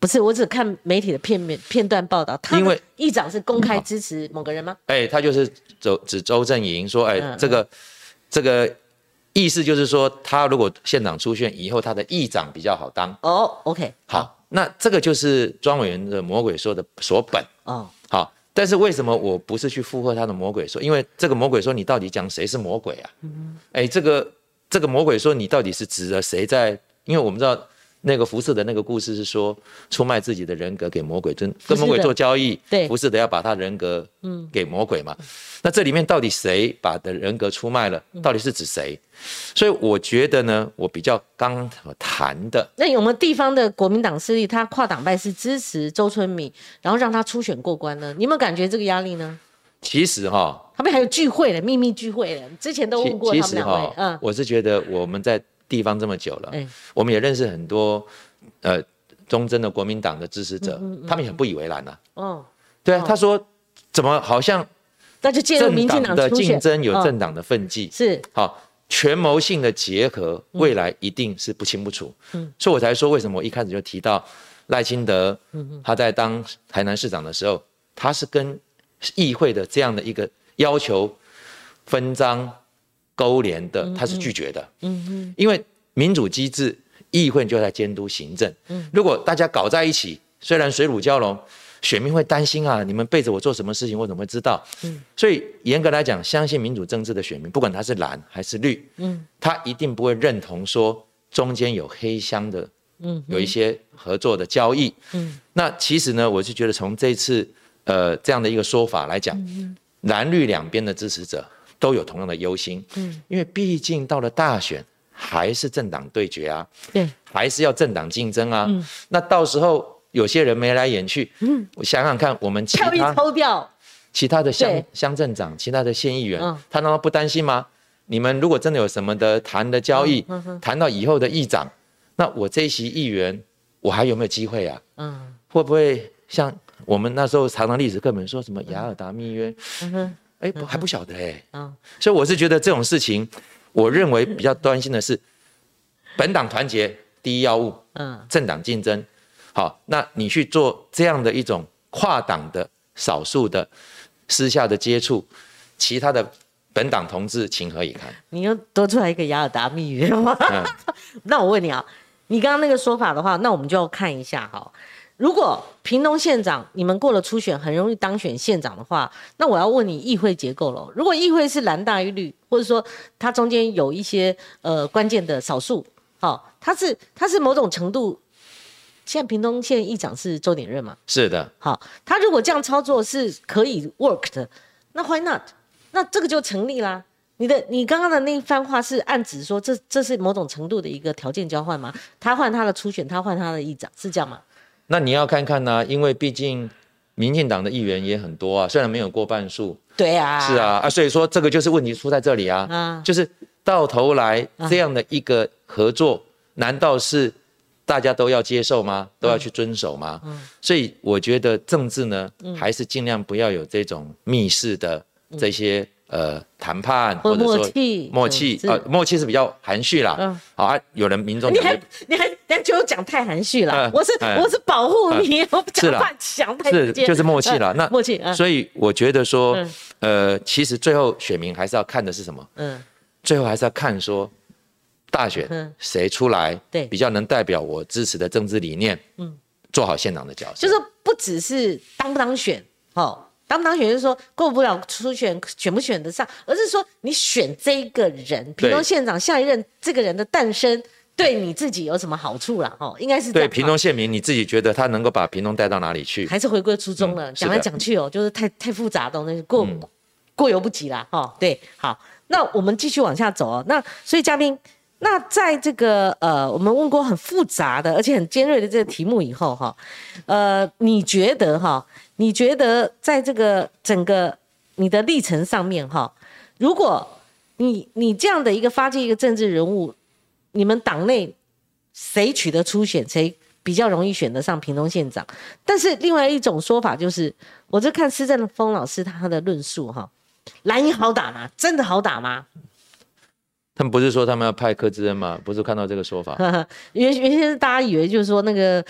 不是，我只看媒体的片面片段报道，他的议长是公开支持某个人吗？ 哎，他就是走指周正营说，哎，嗯、这个这个意思就是说，他如果县长出现以后，他的议长比较好当。 哦 ，OK， 好，那这个就是庄委员的魔鬼说的所本。哦，好，但是为什么我不是去附和他的魔鬼说？因为这个魔鬼说，你到底讲谁是魔鬼啊？嗯，哎，这个这个魔鬼说，你到底是指着谁在？因为我们知道。那个福士的那个故事是说，出卖自己的人格给魔鬼，跟魔鬼做交易，对，福士的要把他人格给魔鬼嘛。嗯、那这里面到底谁把的人格出卖了？到底是指谁？所以我觉得呢，我比较刚谈的， 那有没有地方的国民党势力，他跨党派是支持周春米，然后让他初选过关呢？你有没有感觉这个压力呢？ 其实哈， 他们还有聚会了，秘密聚会了，之前都问过他们两位。 嗯，我是觉得我们在。地方这么久了，欸、我们也认识很多呃忠贞的国民党的支持者，嗯嗯嗯、他们也很不以为然呐、啊。哦，对啊，哦、他说怎么好像那就介入民进党的竞争有政党的分际， 是好权谋性的结合，未来一定是不清不楚。嗯，所以我才说为什么我一开始就提到赖清德，嗯、他在当台南市长的时候，他是跟议会的这样的一个要求分赃。勾连的，他是拒绝的。嗯嗯，因为民主机制，议会就在监督行政。嗯，如果大家搞在一起，虽然水乳交融，选民会担心啊，你们背着我做什么事情，我怎么会知道？嗯，所以严格来讲，相信民主政治的选民，不管他是蓝还是绿，嗯，他一定不会认同说中间有黑箱的，嗯，有一些合作的交易。嗯，那其实呢，我就觉得从这次呃这样的一个说法来讲，嗯、蓝绿两边的支持者。都有同样的忧心，嗯，因为毕竟到了大选还是政党对决啊，对，还是要政党竞争啊，嗯，那到时候有些人眉来眼去，嗯，我想想看，我们其他抽掉其他的乡乡镇长、其他的县议员，嗯、他难道不担心吗？你们如果真的有什么的谈的交易，嗯嗯、谈到以后的议长，那我这一席议员，我还有没有机会啊？嗯，会不会像我们那时候常常历史课本说什么雅尔达密约？嗯哼。哎，还不晓得哎，嗯，所以我是觉得这种事情，我认为比较担心的是，本党团结第一要务，嗯，政党竞争，好，那你去做这样的一种跨党的少数的私下的接触，其他的本党同志情何以堪？ 你又多出来一个雅尔达密约吗？嗯、那我问你啊，你刚刚那个说法的话，那我们就要看一下哈。如果屏东县长你们过了初选很容易当选县长的话，那我要问你议会结构了。如果议会是蓝大于绿，或者说它中间有一些呃关键的少数，好、哦，它是它是某种程度，现在屏东县议长是周典任嘛？ 是的。 好，他如果这样操作是可以 work 的，那 why not？ 那这个就成立啦。你的你刚刚的那一番话是暗指说这这是某种程度的一个条件交换吗？他换他的初选，他换他的议长，是这样吗？ 那你要看看呢、啊，因为毕竟民进党的议员也很多啊，虽然没有过半数， 对啊， 是啊啊，所以说这个就是问题出在这里啊，啊就是到头来这样的一个合作，啊、难道是大家都要接受吗？都要去遵守吗？嗯、所以我觉得政治呢，嗯、还是尽量不要有这种密室的这些。嗯呃，谈判或者说默契，默契啊、呃，默契是比较含蓄啦。嗯，好啊，有人民众你还你还你还觉得我讲太含蓄了？呃、我是、呃、我是保护你，呃、我不讲话讲太直接， 是就是默契了。呃、那默契，呃、 所以我觉得说，嗯、呃，其实最后选民还是要看的是什么？嗯，最后还是要看说大选谁出来，对、嗯，比较能代表我支持的政治理念，嗯，做好县长的角色。 就是不只是当不当选，哦。当不当选就是说过不了初选，选不选得上，而是说你选这个人，屏东县长下一任这个人的诞生，对你自己有什么好处啦？哦，应该是这样。 对屏东县民，你自己觉得他能够把屏东带到哪里去？ 还是回归初衷了？讲、嗯、来讲去哦，就是太太复杂的东西，过、嗯、过犹不及啦。哦，对，好，那我们继续往下走哦。那所以嘉宾，那在这个呃，我们问过很复杂的而且很尖锐的这个题目以后哈，呃，你觉得哈？你觉得在这个整个你的历程上面哈，如果你你这样的一个发迹一个政治人物，你们党内谁取得初选，谁比较容易选得上屏东县长？但是另外一种说法就是，我就看施正丰老师他的论述哈，蓝营好打吗？真的好打吗？ 他们不是说他们要派柯志恩吗？不是看到这个说法？ 原原先大家以为就是说那个。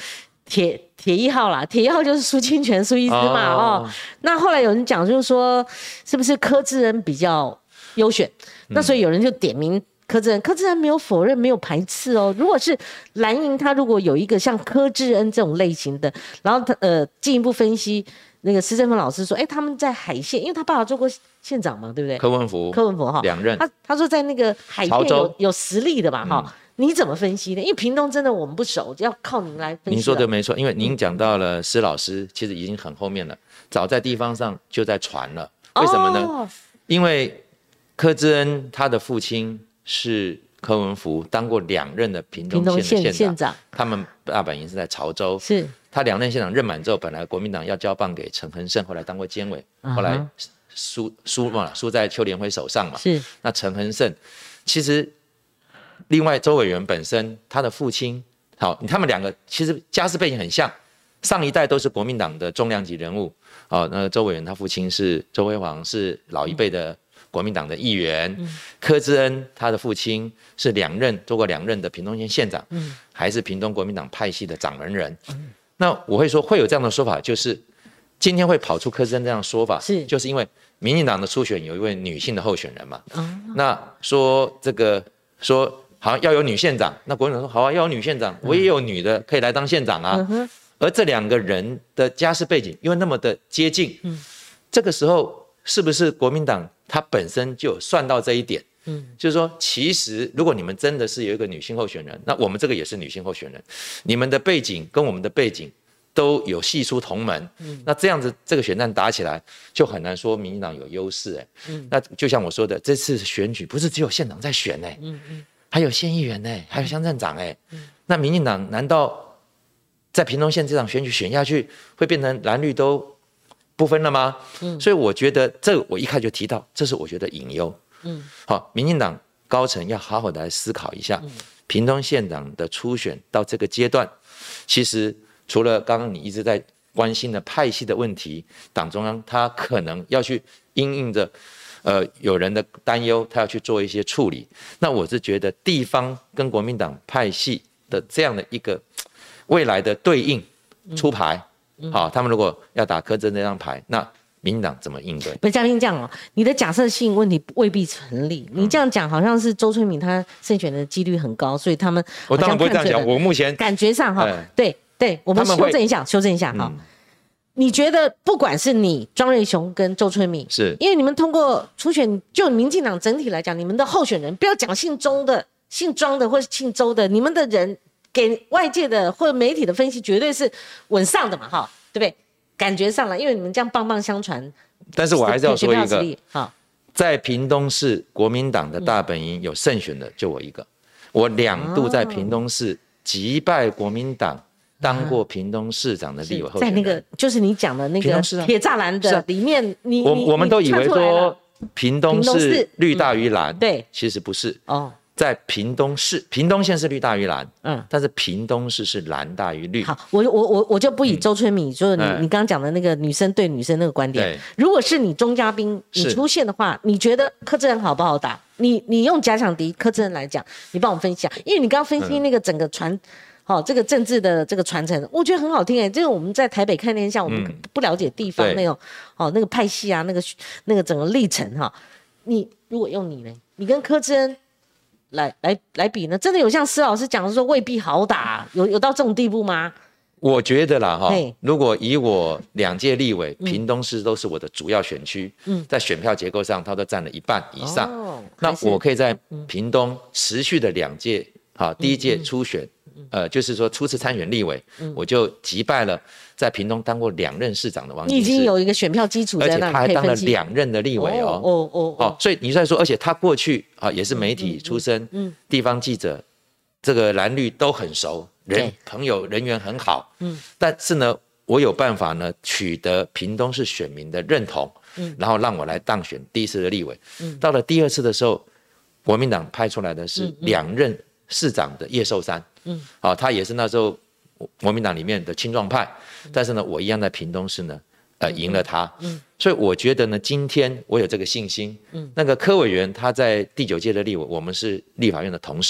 铁铁一号啦，铁一号就是苏清泉苏医师嘛，哦，哦那后来有人讲就是说，是不是柯志恩比较优选？那所以有人就点名柯志恩，柯志恩没有否认，没有排斥哦。如果是蓝营，他如果有一个像柯志恩这种类型的，然后他呃进一步分析，那个施正芬老师说，哎，他们在海线，因为他爸爸做过县长嘛，对不对？ 柯文福， 柯文福哈， 两任。 他他说在那个海线有有实力的嘛，哈、嗯。你怎么分析呢？因为屏东真的我们不熟，要靠您来分析。 您说的没错，因为您讲到了施老师，其实已经很后面了，早在地方上就在传了。为什么呢？哦、因为柯志恩他的父亲是柯文福，当过两任的屏东县的县长，县长他们大本营是在潮州。是他两任县长任满之后，本来国民党要交棒给陈恒胜，后来当过监委，后来输输嘛，输在邱连辉手上嘛。是那陈恒胜其实。另外，周委员本身他的父亲，好，他们两个其实家世背景很像，上一代都是国民党的重量级人物。哦，那周委员他父亲是周辉煌，是老一辈的国民党的议员。嗯、柯志恩他的父亲是两任做过两任的屏东县县长，嗯、还是屏东国民党派系的掌门人。嗯、那我会说会有这样的说法，就是今天会跑出柯志恩这样的说法，是就是因为民进党的初选有一位女性的候选人嘛。哦、那说这个说。好，要有女县长，那国民党说好啊，要有女县长，我也有女的可以来当县长啊。嗯、而这两个人的家世背景因为那么的接近，嗯、这个时候是不是国民党他本身就有算到这一点？嗯、就是说，其实如果你们真的是有一个女性候选人，那我们这个也是女性候选人，你们的背景跟我们的背景都有系出同门，嗯、那这样子这个选战打起来就很难说民进党有优势哎。嗯、那就像我说的，这次选举不是只有县长在选哎。嗯嗯还有县议员呢，还有乡镇长哎，嗯、那民进党难道在屏东县这场选举选下去，会变成蓝绿都不分了吗？嗯、所以我觉得这我一开始就提到，这是我觉得隐忧。嗯，好，民进党高层要好好的来思考一下，嗯、屏东县长的初选到这个阶段，其实除了刚刚你一直在关心的派系的问题，党中央他可能要去因应着。呃，有人的担忧，他要去做一些处理。那我是觉得地方跟国民党派系的这样的一个未来的对应出牌，好、嗯嗯哦，他们如果要打柯志恩这张牌，那民进党怎么应对？ 不是嘉宾这样哦，你的假设性问题未必成立。你这样讲好像是周春米他胜选的几率很高，所以他们我当然不会这样讲。我目前感觉上哈，嗯、对对，我们修正一下，修正一下哈。嗯你觉得不管是你庄瑞雄跟周春米，是因为你们通过初选，就民进党整体来讲，你们的候选人不要讲姓钟的、姓庄的或是姓周的，你们的人给外界的或者媒体的分析绝对是稳上的嘛，哈，对不对？感觉上了，因为你们这样棒棒相传。 但是我还是要说一个，在屏东市国民党的大本营有胜选的就我一个，我两度在屏东市击败国民党。当过屏东市长的立委候选人，在那个就是你讲的那个铁栅栏的里面，你我我们都以为说屏东市绿大于蓝，对，其实不是哦，在屏东市，屏东县是绿大于蓝，嗯，但是屏东市是蓝大于绿。 好，我我我我就不以周春米，就是你你刚刚讲的那个女生对女生那个观点，如果是你钟嘉宾你出现的话，你觉得柯志恩好不好打？你你用假想敌柯志恩来讲，你帮我分析一下，因为你刚刚分析那个整个传。好、哦，这个政治的这个传承，我觉得很好听哎。这个我们在台北看天下，我们不了解地方那种，嗯、哦，那个派系啊，那个那个整个历程哈、哦。你如果用你呢，你跟柯志恩来来来比呢，真的有像施老师讲的说未必好打，有有到这种地步吗？ 我觉得啦哈，如果以我两届立委，屏东市都是我的主要选区，嗯、在选票结构上，它都占了一半以上。哦、那我可以在屏东持续的两届，好，第一届初选。呃，就是说初次参选立委，嗯、我就击败了在屏东当过两任市长的王金士， 你已经有一个选票基础在那，而且他还当了两任的立委哦。哦哦哦，所以你在说，而且他过去啊也是媒体出身，嗯，嗯地方记者，这个蓝绿都很熟，人朋友人缘很好，嗯，但是呢，我有办法呢取得屏东市选民的认同，嗯，然后让我来当选第一次的立委，嗯，到了第二次的时候，国民党派出来的是两任市长的叶寿山。嗯，好、哦，他也是那时候国民党里面的青壮派，嗯、但是呢，我一样在屏东市呢，呃，赢了他。嗯，所以我觉得呢，今天我有这个信心。嗯，那个柯委员他在第九届的立委，我们是立法院的同事，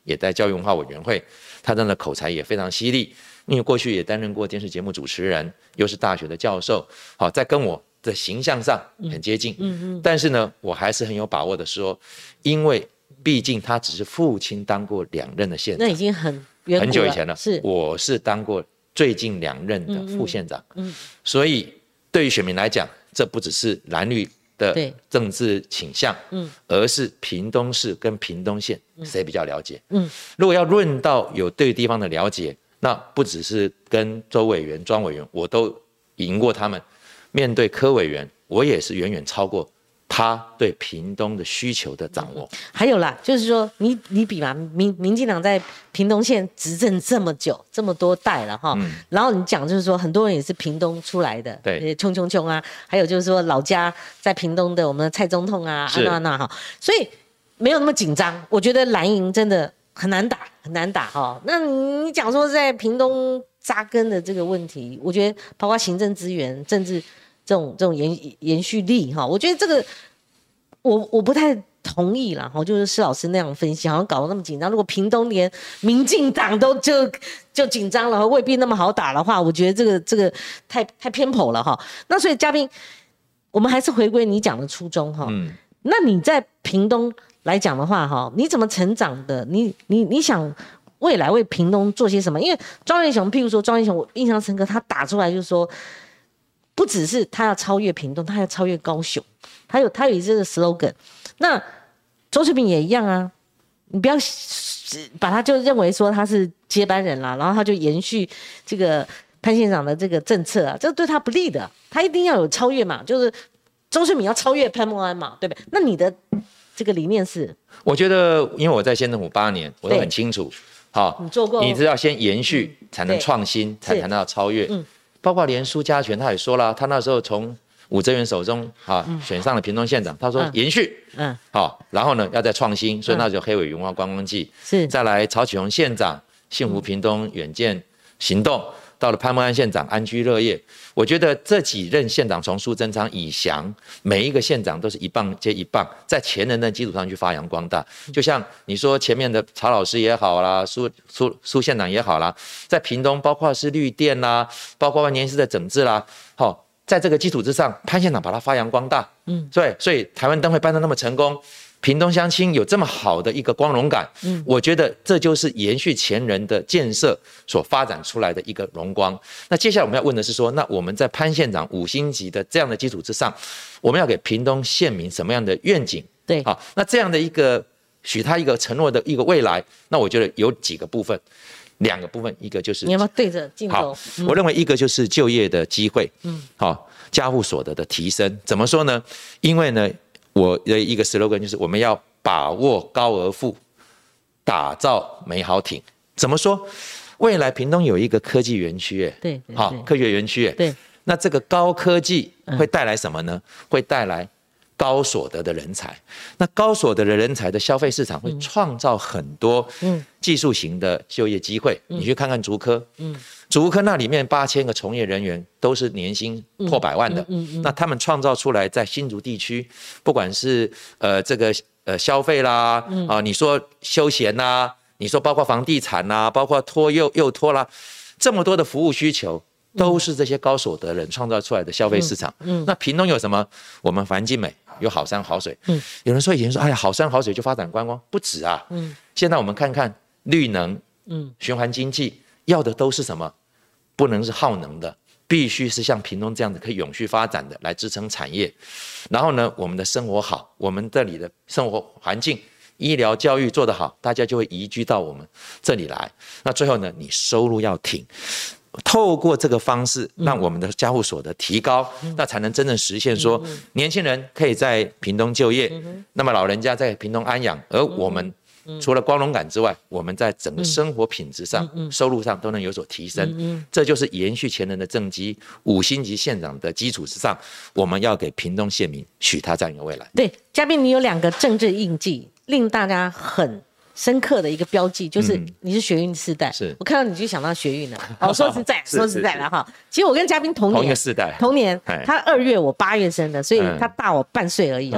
也在教育文化委员会，他的口才也非常犀利，因为过去也担任过电视节目主持人，又是大学的教授，好，在跟我的形象上很接近，嗯嗯，但是呢，我还是很有把握的说，因为毕竟他只是父亲当过两任的县长， 那已经很很久以前了， 是， 我是当过最近两任的副县长，嗯，嗯所以对于选民来讲，这不只是蓝绿的政治倾向，嗯，而是屏东市跟屏东县谁比较了解，嗯，如果要论到有对地方的了解，那不只是跟周委员、庄委员，我都赢过他们，面对柯委员，我也是远远超过他对屏东的需求的掌握。 还有啦，就是说你你比嘛，民民进党在屏东县执政这么久，这么多代了哈，嗯、然后你讲就是说很多人也是屏东出来的， 对， 冲冲冲啊，还有就是说老家在屏东的我们的蔡总统啊，安娜娜哈，所以没有那么紧张。我觉得蓝营真的很难打，很难打哈。那你讲说在屏东扎根的这个问题，我觉得包括行政资源、政治。这种这种延延续力哈，我觉得这个我我不太同意啦哈，就是施老师那样分析，好像搞得那么紧张。如果屏东连民进党都就就紧张了，未必那么好打的话，我觉得这个这个太太偏颇了哈。那所以嘉宾，我们还是回归你讲的初衷哈。嗯。那你在屏东来讲的话哈，你怎么成长的？你你你想未来为屏东做些什么？因为庄元雄，譬如说庄元雄，我印象深刻，他打出来就是说。不只是他要超越屏东，他要超越高雄，他有他有这个 slogan。那周翠萍也一样啊，你不要把他就认为说他是接班人啦，然后他就延续这个潘县长的这个政策啊，这对他不利的。他一定要有超越嘛，就是周翠萍要超越潘孟安嘛，对不对？那你的这个理念是？ 我觉得，因为我在县政府八年，我都很清楚。好， 你做过， 你只要先延续，嗯、才能创新，才谈到超越。嗯。包括连苏家全他也说了，他那时候从武则元手中啊、嗯、选上了屏东县长，他说延续，嗯，好、嗯，然后呢要再创新，所以那就黑尾文化观光季，是、嗯、再来曹启宏县长幸福屏东远见行动，到了潘孟安县长安居乐业。我觉得这几任县长从苏贞昌、以翔，每一个县长都是一棒接一棒，在前人的基础上去发扬光大。就像你说前面的曹老师也好啦，苏苏苏县长也好啦，在屏东包括是绿电啦，包括万年市的整治啦，好、哦，在这个基础之上，潘县长把它发扬光大，嗯，对，所以台湾灯会办得那么成功。屏东乡亲有这么好的一个光荣感，嗯，我觉得这就是延续前人的建设所发展出来的一个荣光。那接下来我们要问的是说，那我们在潘县长五星级的这样的基础之上，我们要给屏东县民什么样的愿景？ 对， 好，那这样的一个许他一个承诺的一个未来，那我觉得有几个部分，两个部分，一个就是你要不要对着镜头？ 好，嗯、我认为一个就是就业的机会，嗯，好，家户所得的提升，怎么说呢？因为呢。我的一个 slogan 就是我们要把握高额富，打造美好町。怎么说？未来屏东有一个科技园区，哎， 对， 好，科学园区，哎，对。那这个高科技会带来什么呢？嗯、会带来高所得的人才。那高所得的人才的消费市场会创造很多技术型的就业机会。嗯、你去看看竹科，嗯。竹科那里面八千个从业人员都是年薪破百万的，嗯嗯嗯嗯、那他们创造出来在新竹地区，不管是呃这个呃消费啦，嗯、啊你说休闲啦，你说包括房地产啦，包括托幼幼托啦，这么多的服务需求，都是这些高所得人创造出来的消费市场。嗯嗯、那屏东有什么？我们环境美，有好山好水。嗯、有人说以前说哎呀好山好水就发展观光，不止啊。嗯、现在我们看看绿能，嗯、循环经济，要的都是什么？不能是耗能的，必须是像屏东这样的可以永续发展的来支撑产业。然后呢，我们的生活好，我们这里的生活环境、医疗、教育做得好，大家就会移居到我们这里来。那最后呢，你收入要挺，透过这个方式让我们的家户所得提高，嗯、那才能真正实现说，嗯、年轻人可以在屏东就业，嗯、那么老人家在屏东安养，而我们。除了光荣感之外，我们在整个生活品质上、嗯嗯、收入上都能有所提升。嗯嗯、这就是延续前人的政绩，五星级县长的基础之上，我们要给屏东县民许他这样一个未来。 对，嘉宾，你有两个政治印记，令大家很深刻的一个标记，就是你是学运世代。是、嗯，我看到你就想到学运了。哦，说实在，说实在了哈，其实我跟嘉宾同年， 同一个世代， 同年，他二月，我八月生的，所以他大我半岁而已哈。嗯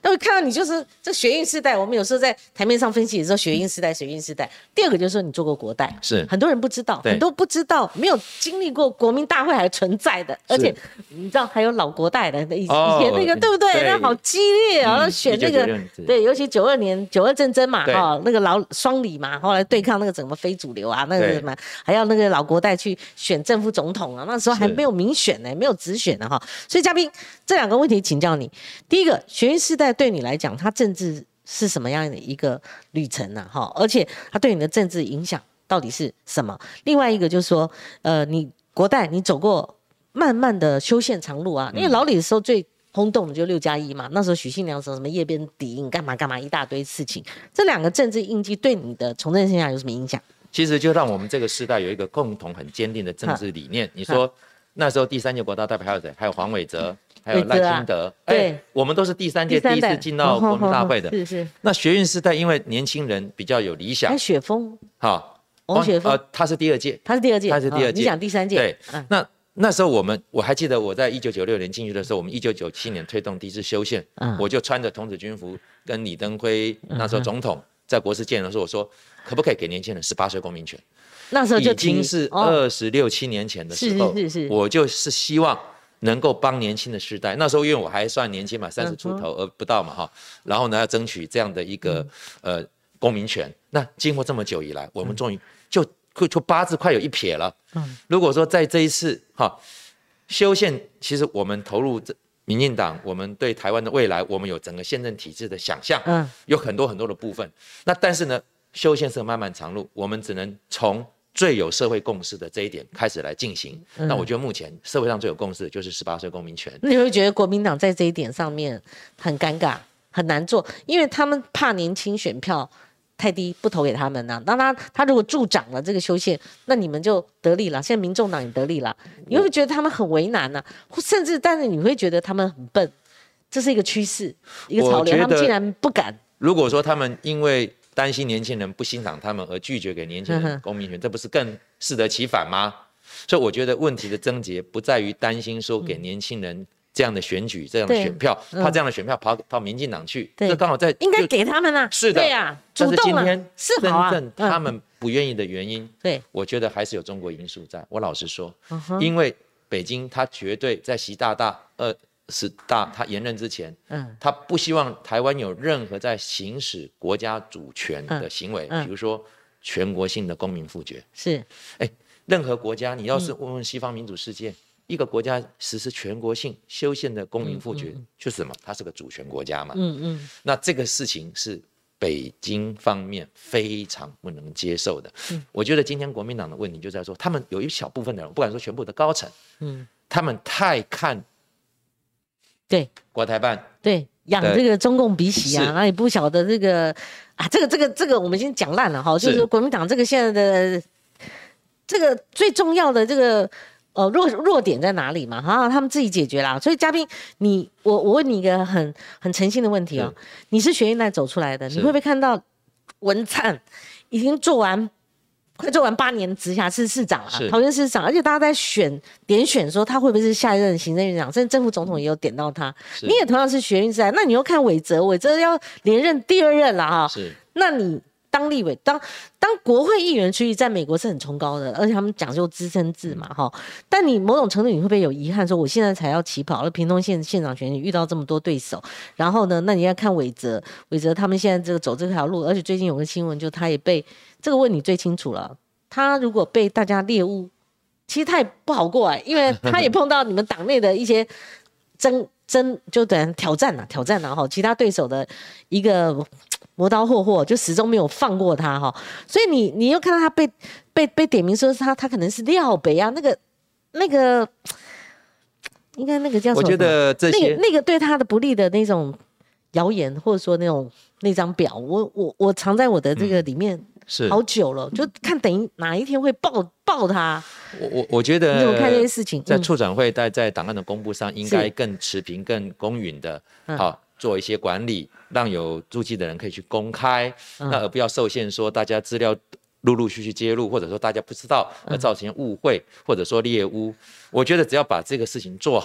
那我看到你就是这学运世代，我们有时候在台面上分析的时候，学运世代、学运世代。第二个就是说你做过国代， 是很多人不知道，很多不知道，没有经历过国民大会还存在的，而且你知道还有老国代的，以前那个、哦、对不对？那好激烈啊，嗯、选那个对，尤其九二年九二政争嘛，哈、哦，那个老双李嘛，后来对抗那个整个非主流啊，那个什么，还要那个老国代去选正副总统啊，那时候还没有民选呢、欸，没有直选呢、啊、哈。所以嘉宾这两个问题请教你，第一个，学运世代对你来讲，它政治是什么样的一个旅程呢、啊？哈，而且它对你的政治影响到底是什么？另外一个就是说，呃，你国代你走过漫漫的修宪长路啊，因为老李的时候最轰动的就六加一嘛，那时候许信良说什么夜边敌营干嘛干嘛一大堆事情，这两个政治印记对你的从政生涯有什么影响？ 其实就让我们这个时代有一个共同很坚定的政治理念。你说那时候第三届国大代表还有谁？还有黄伟哲。还有赖清德，哎、啊欸，我们都是第三届第一次进到国民大会的，是是。那学运世代，因为年轻人比较有理想， 还雪峰， 好， 王雪峰， 呃，他是第二届， 他是第二届， 他是第二届， 你讲第三届， 对。嗯、那那时候我们，我还记得我在一九九六年进去的时候，我们一九九七年推动第一次修宪，嗯、我就穿着童子军服跟李登辉那时候总统在国事见的时候，我说可不可以给年轻人十八岁公民权？ 那时候就已经是二十六七年前的时候， 是是是， 我就是希望。能够帮年轻的世代，那时候因为我还算年轻嘛，三十出头而不到嘛哈，然后呢要争取这样的一个、嗯、呃公民权。那经过这么久以来，我们终于就就八字快有一撇了。嗯，如果说在这一次哈修宪，其实我们投入这民进党，我们对台湾的未来，我们有整个宪政体制的想象，嗯，有很多很多的部分。那但是呢，修宪是个漫漫长路，我们只能从最有社会共识的这一点开始来进行、嗯，那我觉得目前社会上最有共识的就是十八岁公民权。 你会觉得国民党在这一点上面很尴尬，很难做，因为他们怕年轻选票太低，不投给他们啊。当他他如果助长了这个修宪，那你们就得利了。现在民众党也得利了，你会不会觉得他们很为难呢、啊？甚至，但是你会觉得他们很笨，这是一个趋势，一个潮流，他们竟然不敢。 如果说他们因为担心年轻人不欣赏他们而拒绝给年轻人公民权，这不是更适得其反吗？所以我觉得问题的症结不在于担心说给年轻人这样的选举、这样的选票，他这样的选票跑到民进党去，这刚好在应该给他们啊。 是的， 对啊，主动了。 但是今天真正他们不愿意的原因，对，我觉得还是有中国因素在。我老实说，因为北京他绝对在习大大二。十大他延任之前，嗯，他不希望台湾有任何在行使国家主权的行为，嗯嗯、比如说全国性的公民复决。 是， 哎，任何国家，你要是问问西方民主世界，嗯、一个国家实施全国性修宪的公民复决，嗯嗯、就是什么？它是个主权国家嘛。嗯嗯。那这个事情是北京方面非常不能接受的。嗯，我觉得今天国民党的问题就在说，他们有一小部分的人，不敢说全部的高层，嗯，他们太看。 对， 国台办对养这个中共鼻息啊，那也不晓得这个啊，这个这个这个我们先讲烂了哈，就是国民党这个现在的这个最重要的这个呃弱弱点在哪里嘛？哈，他们自己解决啦。所以嘉宾，你我我问你一个很很诚心的问题哦，你是学运代走出来的，你会不会看到文灿已经做完？快做完八年直辖市市长了，桃园市长，而且大家在选点选说他会不会是下一任行政院长，甚至正副总统也有点到他。你也同样是学运世代，那你又看伟哲，伟哲要连任第二任了哈。是，那你当立委，当当国会议员，其实在美国是很崇高的，而且他们讲究资深制嘛哈。但你某种程度你会不会有遗憾，说我现在才要起跑，而屏东县县长选举遇到这么多对手，然后呢，那你要看伟哲，伟哲他们现在这个走这条路，而且最近有个新闻，就他也被。这个问你最清楚了，他如果被大家猎污，其实他也不好过哎、欸，因为他也碰到你们党内的一些争争，就等于挑战了、啊，挑战了、啊、哈，其他对手的一个磨刀霍霍，就始终没有放过他哈，所以你你又看到他被被被点名说是他他可能是廖北啊，那个那个应该那个叫什么？ 我觉得这些、 那个、那个对他的不利的那种谣言，或者说那种那张表，我我我藏在我的这个里面。嗯是好久了，就看等于哪一天会爆爆他。 我我我觉得， 你怎么看这些事情？ 在促转会在在档案的公布上，应该更持平、更公允的，好、嗯、做一些管理，让有注记的人可以去公开，嗯、那而不要受限说大家资料陆陆续续揭露，或者说大家不知道而造成误会，嗯、或者说猎污。我觉得只要把这个事情做好。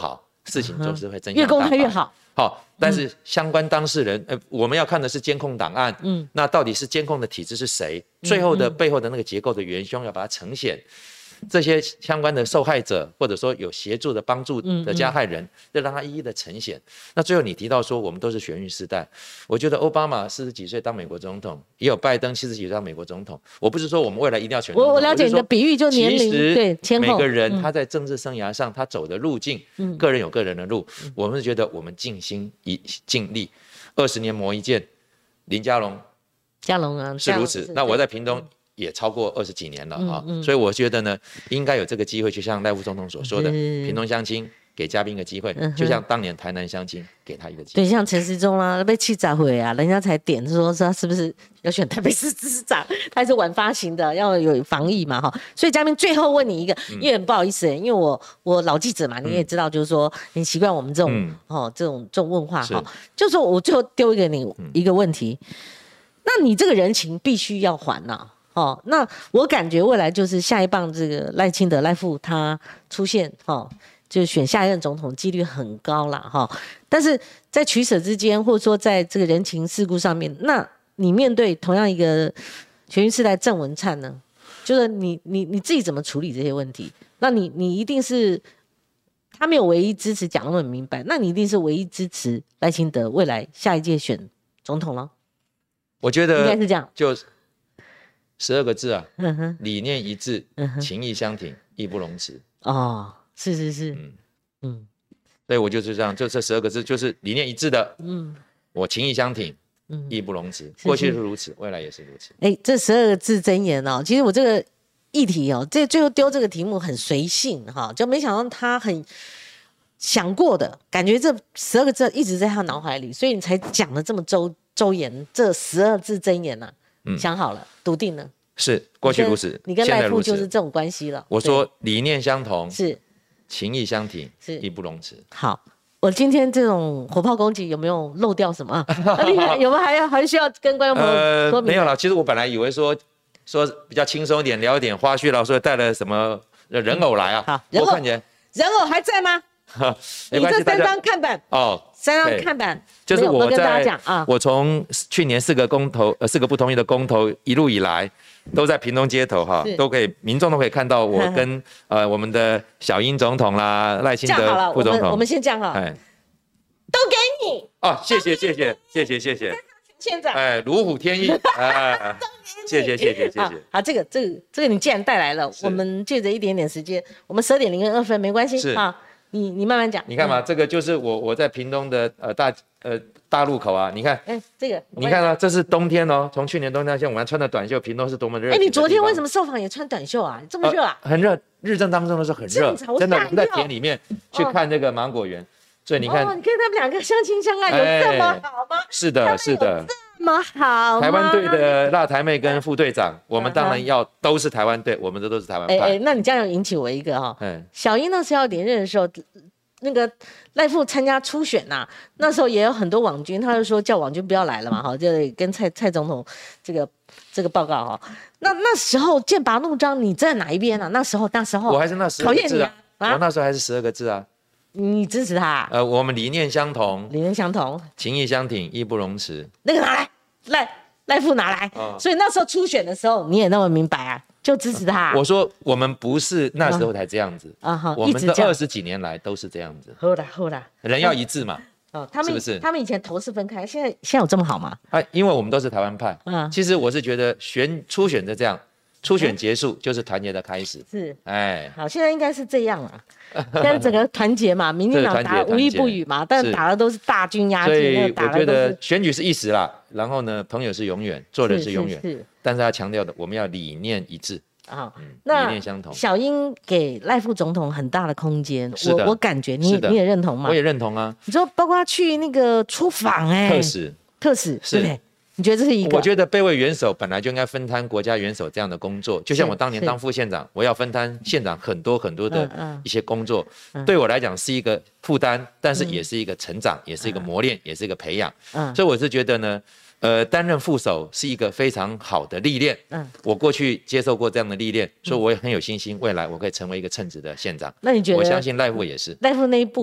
事情都是会真相大白， 越公开越好。 好，但是相关当事人，呃，我们要看的是监控档案，嗯，那到底是监控的体制是谁？最后的背后的那个结构的元凶要把它呈现。这些相关的受害者，或者说有协助的帮助的加害人，要让他一一的呈现。那最后你提到说我们都是学运世代，我觉得奥巴马四十几岁当美国总统，也有拜登七十几岁当美国总统。我不是说我们未来一定要选总统， 我我了解你的比喻，就年龄对前后， 每个人他在政治生涯上他走的路径，嗯、个人有个人的路。嗯、我们是觉得我们尽心一尽力，二十年磨一剑。林佳龙， 佳龙啊是如此。那我在屏东。也超过二十几年了啊、嗯嗯，所以我觉得呢，应该有这个机会，就像赖副总统所说的，屏东乡亲给嘉宾一个机会、嗯，就像当年台南乡亲给他一个机会。 对，像陈时中啦，被气炸回啊，人家才点说他是不是要选台北市市长，他是晚发行的，要有防疫嘛哈。所以嘉宾最后问你一个，因为很不好意思，因为我我老记者嘛，你也知道，就是说你习惯我们这种、嗯、哦这种这种问话哈，就是说我最后丢一个你一个问题，嗯、那你这个人情必须要还呐、啊。哦，那我感觉未来就是下一棒这个赖清德赖副他出现，哦，就选下一任总统几率很高啦，哈、哦。但是在取舍之间，或者说在这个人情世故上面，那你面对同样一个学运世代郑文灿呢，就是你你你自己怎么处理这些问题？那你你一定是他没有唯一支持讲得很明白，那你一定是唯一支持赖清德未来下一届选总统了。 我觉得应该是这样， 就。十二个字啊、嗯，理念一致，嗯、情义相挺，义不容辞。 哦，是是是，嗯嗯，所以我就是这样，就这十二个字，就是理念一致的，嗯，我情义相挺，嗯，义不容辞。过去是如此，未来也是如此。 哎，这十二个字真言哦，其实我这个议题哦，这最后丢这个题目很随性哈，就没想到他很想过的感觉，这十二个字一直在他脑海里，所以你才讲的这么周周延。这十二字真言呐、啊。嗯、想好了，笃定了。 是过去如此， 你跟赖副就是这种关系了。 我说理念相同， 是情义相挺，是义不容辞。 好，我今天这种火炮攻击有没有漏掉什么？有没有还要还需要跟观众朋友说明？ 呃，没有了。其实我本来以为说说比较轻松一点，聊一点花絮了，所以带了什么人偶来啊？ 好，人偶，人偶还在吗？你这三张看板哦。三张看板， 就是我在， 跟大家讲啊， 我从去年四个公投，呃，四个不同意的公投一路以来，都在屏东街头哈，都可以，民众都可以看到我跟呃我们的小英总统啦、赖清德副总统， 我们我们先这样哈，哎，都给你哦，谢谢谢谢谢谢谢谢， 县长， 哎，如虎添翼，哎，谢谢谢谢谢谢， 好，这个这个这个你既然带来了，我们借着一点点时间，我们十二点零二分没关系啊。你你慢慢讲， 你看嘛，嗯、这个就是我我在屏东的呃大呃大路口啊，你看， 哎，这个你看啊，这是冬天哦，从去年冬天到现在，我们穿的短袖，屏东是多么热。 哎，你昨天为什么受访也穿短袖啊？这么热啊？ 呃、很热，日正当中的时候很热，真的，我们在田里面去看这个芒果园，哦、所以你看， 哦，你看他们两个相亲相爱，有这么好吗？ 是的，是的。 这么好， 台湾队的辣台妹跟副队长，我们当然要都是台湾队，我们这都是台湾派。 哎哎，那你这样引起我一个哈、哦，小英那时候要连任的时候。那个赖副参加初选呐、啊，那时候也有很多网军，他就说叫网军不要来了嘛，哈，就跟蔡蔡总统这个这个报告哈。那那时候剑拔弩张，你在哪一边啊？那时候那时候我还是那十二个字啊，啊我那时候还是十二个字啊。 你支持他、啊？ 呃，我们理念相同， 理念相同， 情义相挺，义不容辞。 那个拿来，赖赖副拿来、哦。所以那时候初选的时候，你也那么明白啊？就支持他、啊。 我说我们不是那时候才这样子啊，啊我们的二十几年来都是这样子。 好啦好啦， 人要一致嘛。 哦，他们是不是？ 他们以前头是分开，现在现在有这么好吗？ 啊，因为我们都是台湾派。嗯，其实我是觉得选初选的这样，初选结束就是团结的开始。 是， 哎， 好，现在应该是这样了。现在整个团结嘛，民进党打无一不语嘛，但打的都是大军压境。 所以我觉得选举是一时啦，然后呢，朋友是永远，做人是永远。是，是是但是他强调的，我们要理念一致。啊、嗯，那理念相同。 小英给赖副总统很大的空间，我我感觉你你也认同吗？ 我也认同啊。 你说包括他去那个出访哎、 欸，特使特使对不对？你觉得这是一个？ 我觉得备位元首本来就应该分摊国家元首这样的工作，就像我当年当副县长，我要分摊县长很多很多的一些工作，嗯嗯、对我来讲是一个负担，但是也是一个成长，嗯、也是一个磨练，嗯、也是一个培养。嗯，所以我是觉得呢。呃，担任副手是一个非常好的历练。嗯，我过去接受过这样的历练，所以我也很有信心，未来我可以成为一个称职的县长。 那你觉得？ 我相信赖副也是。 赖副那一步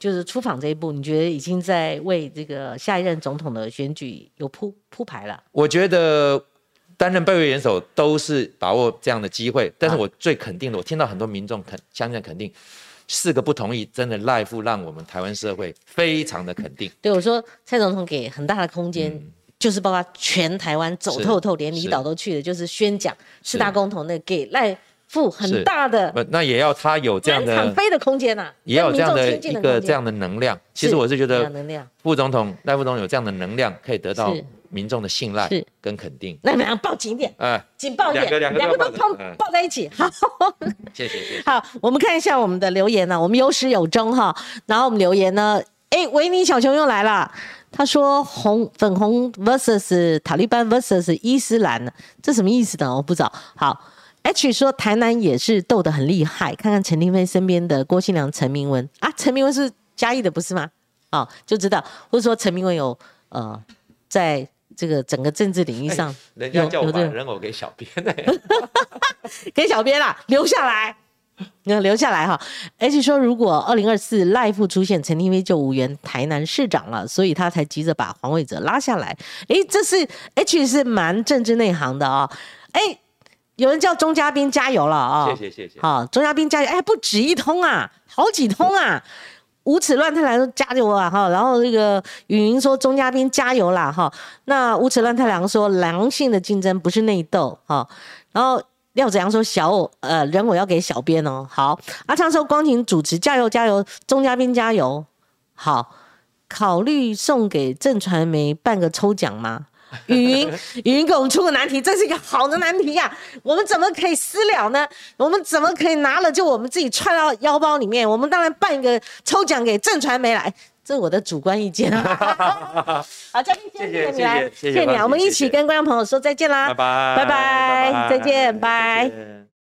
就是出访这一步，你觉得已经在为这个下一任总统的选举有铺铺排了？ 我觉得担任备位元首都是把握这样的机会，但是我最肯定的，我听到很多民众肯相信肯定。四个不同意，真的赖副让我们台湾社会非常的肯定。 对我说，蔡总统给很大的空间，嗯、就是包括全台湾走透透，连离岛都去了，就是宣讲四大公投那给赖副很大的， 那也要他有这样的飞的空间呐、啊， 也有这样的一个这样的能量。其实我是觉得，副总统赖副总统有这样的能量，可以得到民众的信赖跟肯定。 那你们俩抱紧一点，哎，紧抱一点，两个两个都抱抱在一起。好， 谢谢谢谢。 好，我们看一下我们的留言呢、啊，我们有始有终哈。然后我们留言呢，哎，维尼小熊又来了，他说红粉红 versus 塔利班 versus 伊斯兰，这什么意思呢？我不知道。好。H 说台南也是斗得很厉害，看看陈亭妃身边的郭信良、陈明文啊，陈明文是嘉义的不是吗？哦，就知道，或者说陈明文有呃，在这个整个政治领域上，欸、 人家叫我把人偶给小编、欸， 给小编啦，留下来，留下来哈。H 说如果二零二四赖副出现，陈亭妃就无缘台南市长了，所以他才急着把黄伟哲拉下来。哎，这是 H 是蛮政治内行的啊、哦，哎。有人叫钟嘉宾加油了啊、 哦！谢谢谢谢。 好，钟嘉宾加油！哎，不止一通啊，好几通啊！无耻乱太郎说加油啊哈，然后那个雨云说钟嘉宾加油啦哈。那无耻乱太郎说良性的竞争不是内斗哈。然后廖子阳说小偶呃人我要给小编哦。好，阿昌说光庭主持加油加油，钟嘉宾加油。好，考虑送给正传媒办个抽奖吗？雨云，雨云给我们出个难题，这是一个好的难题呀、啊！我们怎么可以私了呢？我们怎么可以拿了就我们自己揣到腰包里面？我们当然办一个抽奖给正传媒来，这是我的主观意见啊！好，嘉宾，谢谢你来，谢谢你来，我们一起跟观众朋友说再见啦！ 拜拜， 拜拜，再见，拜。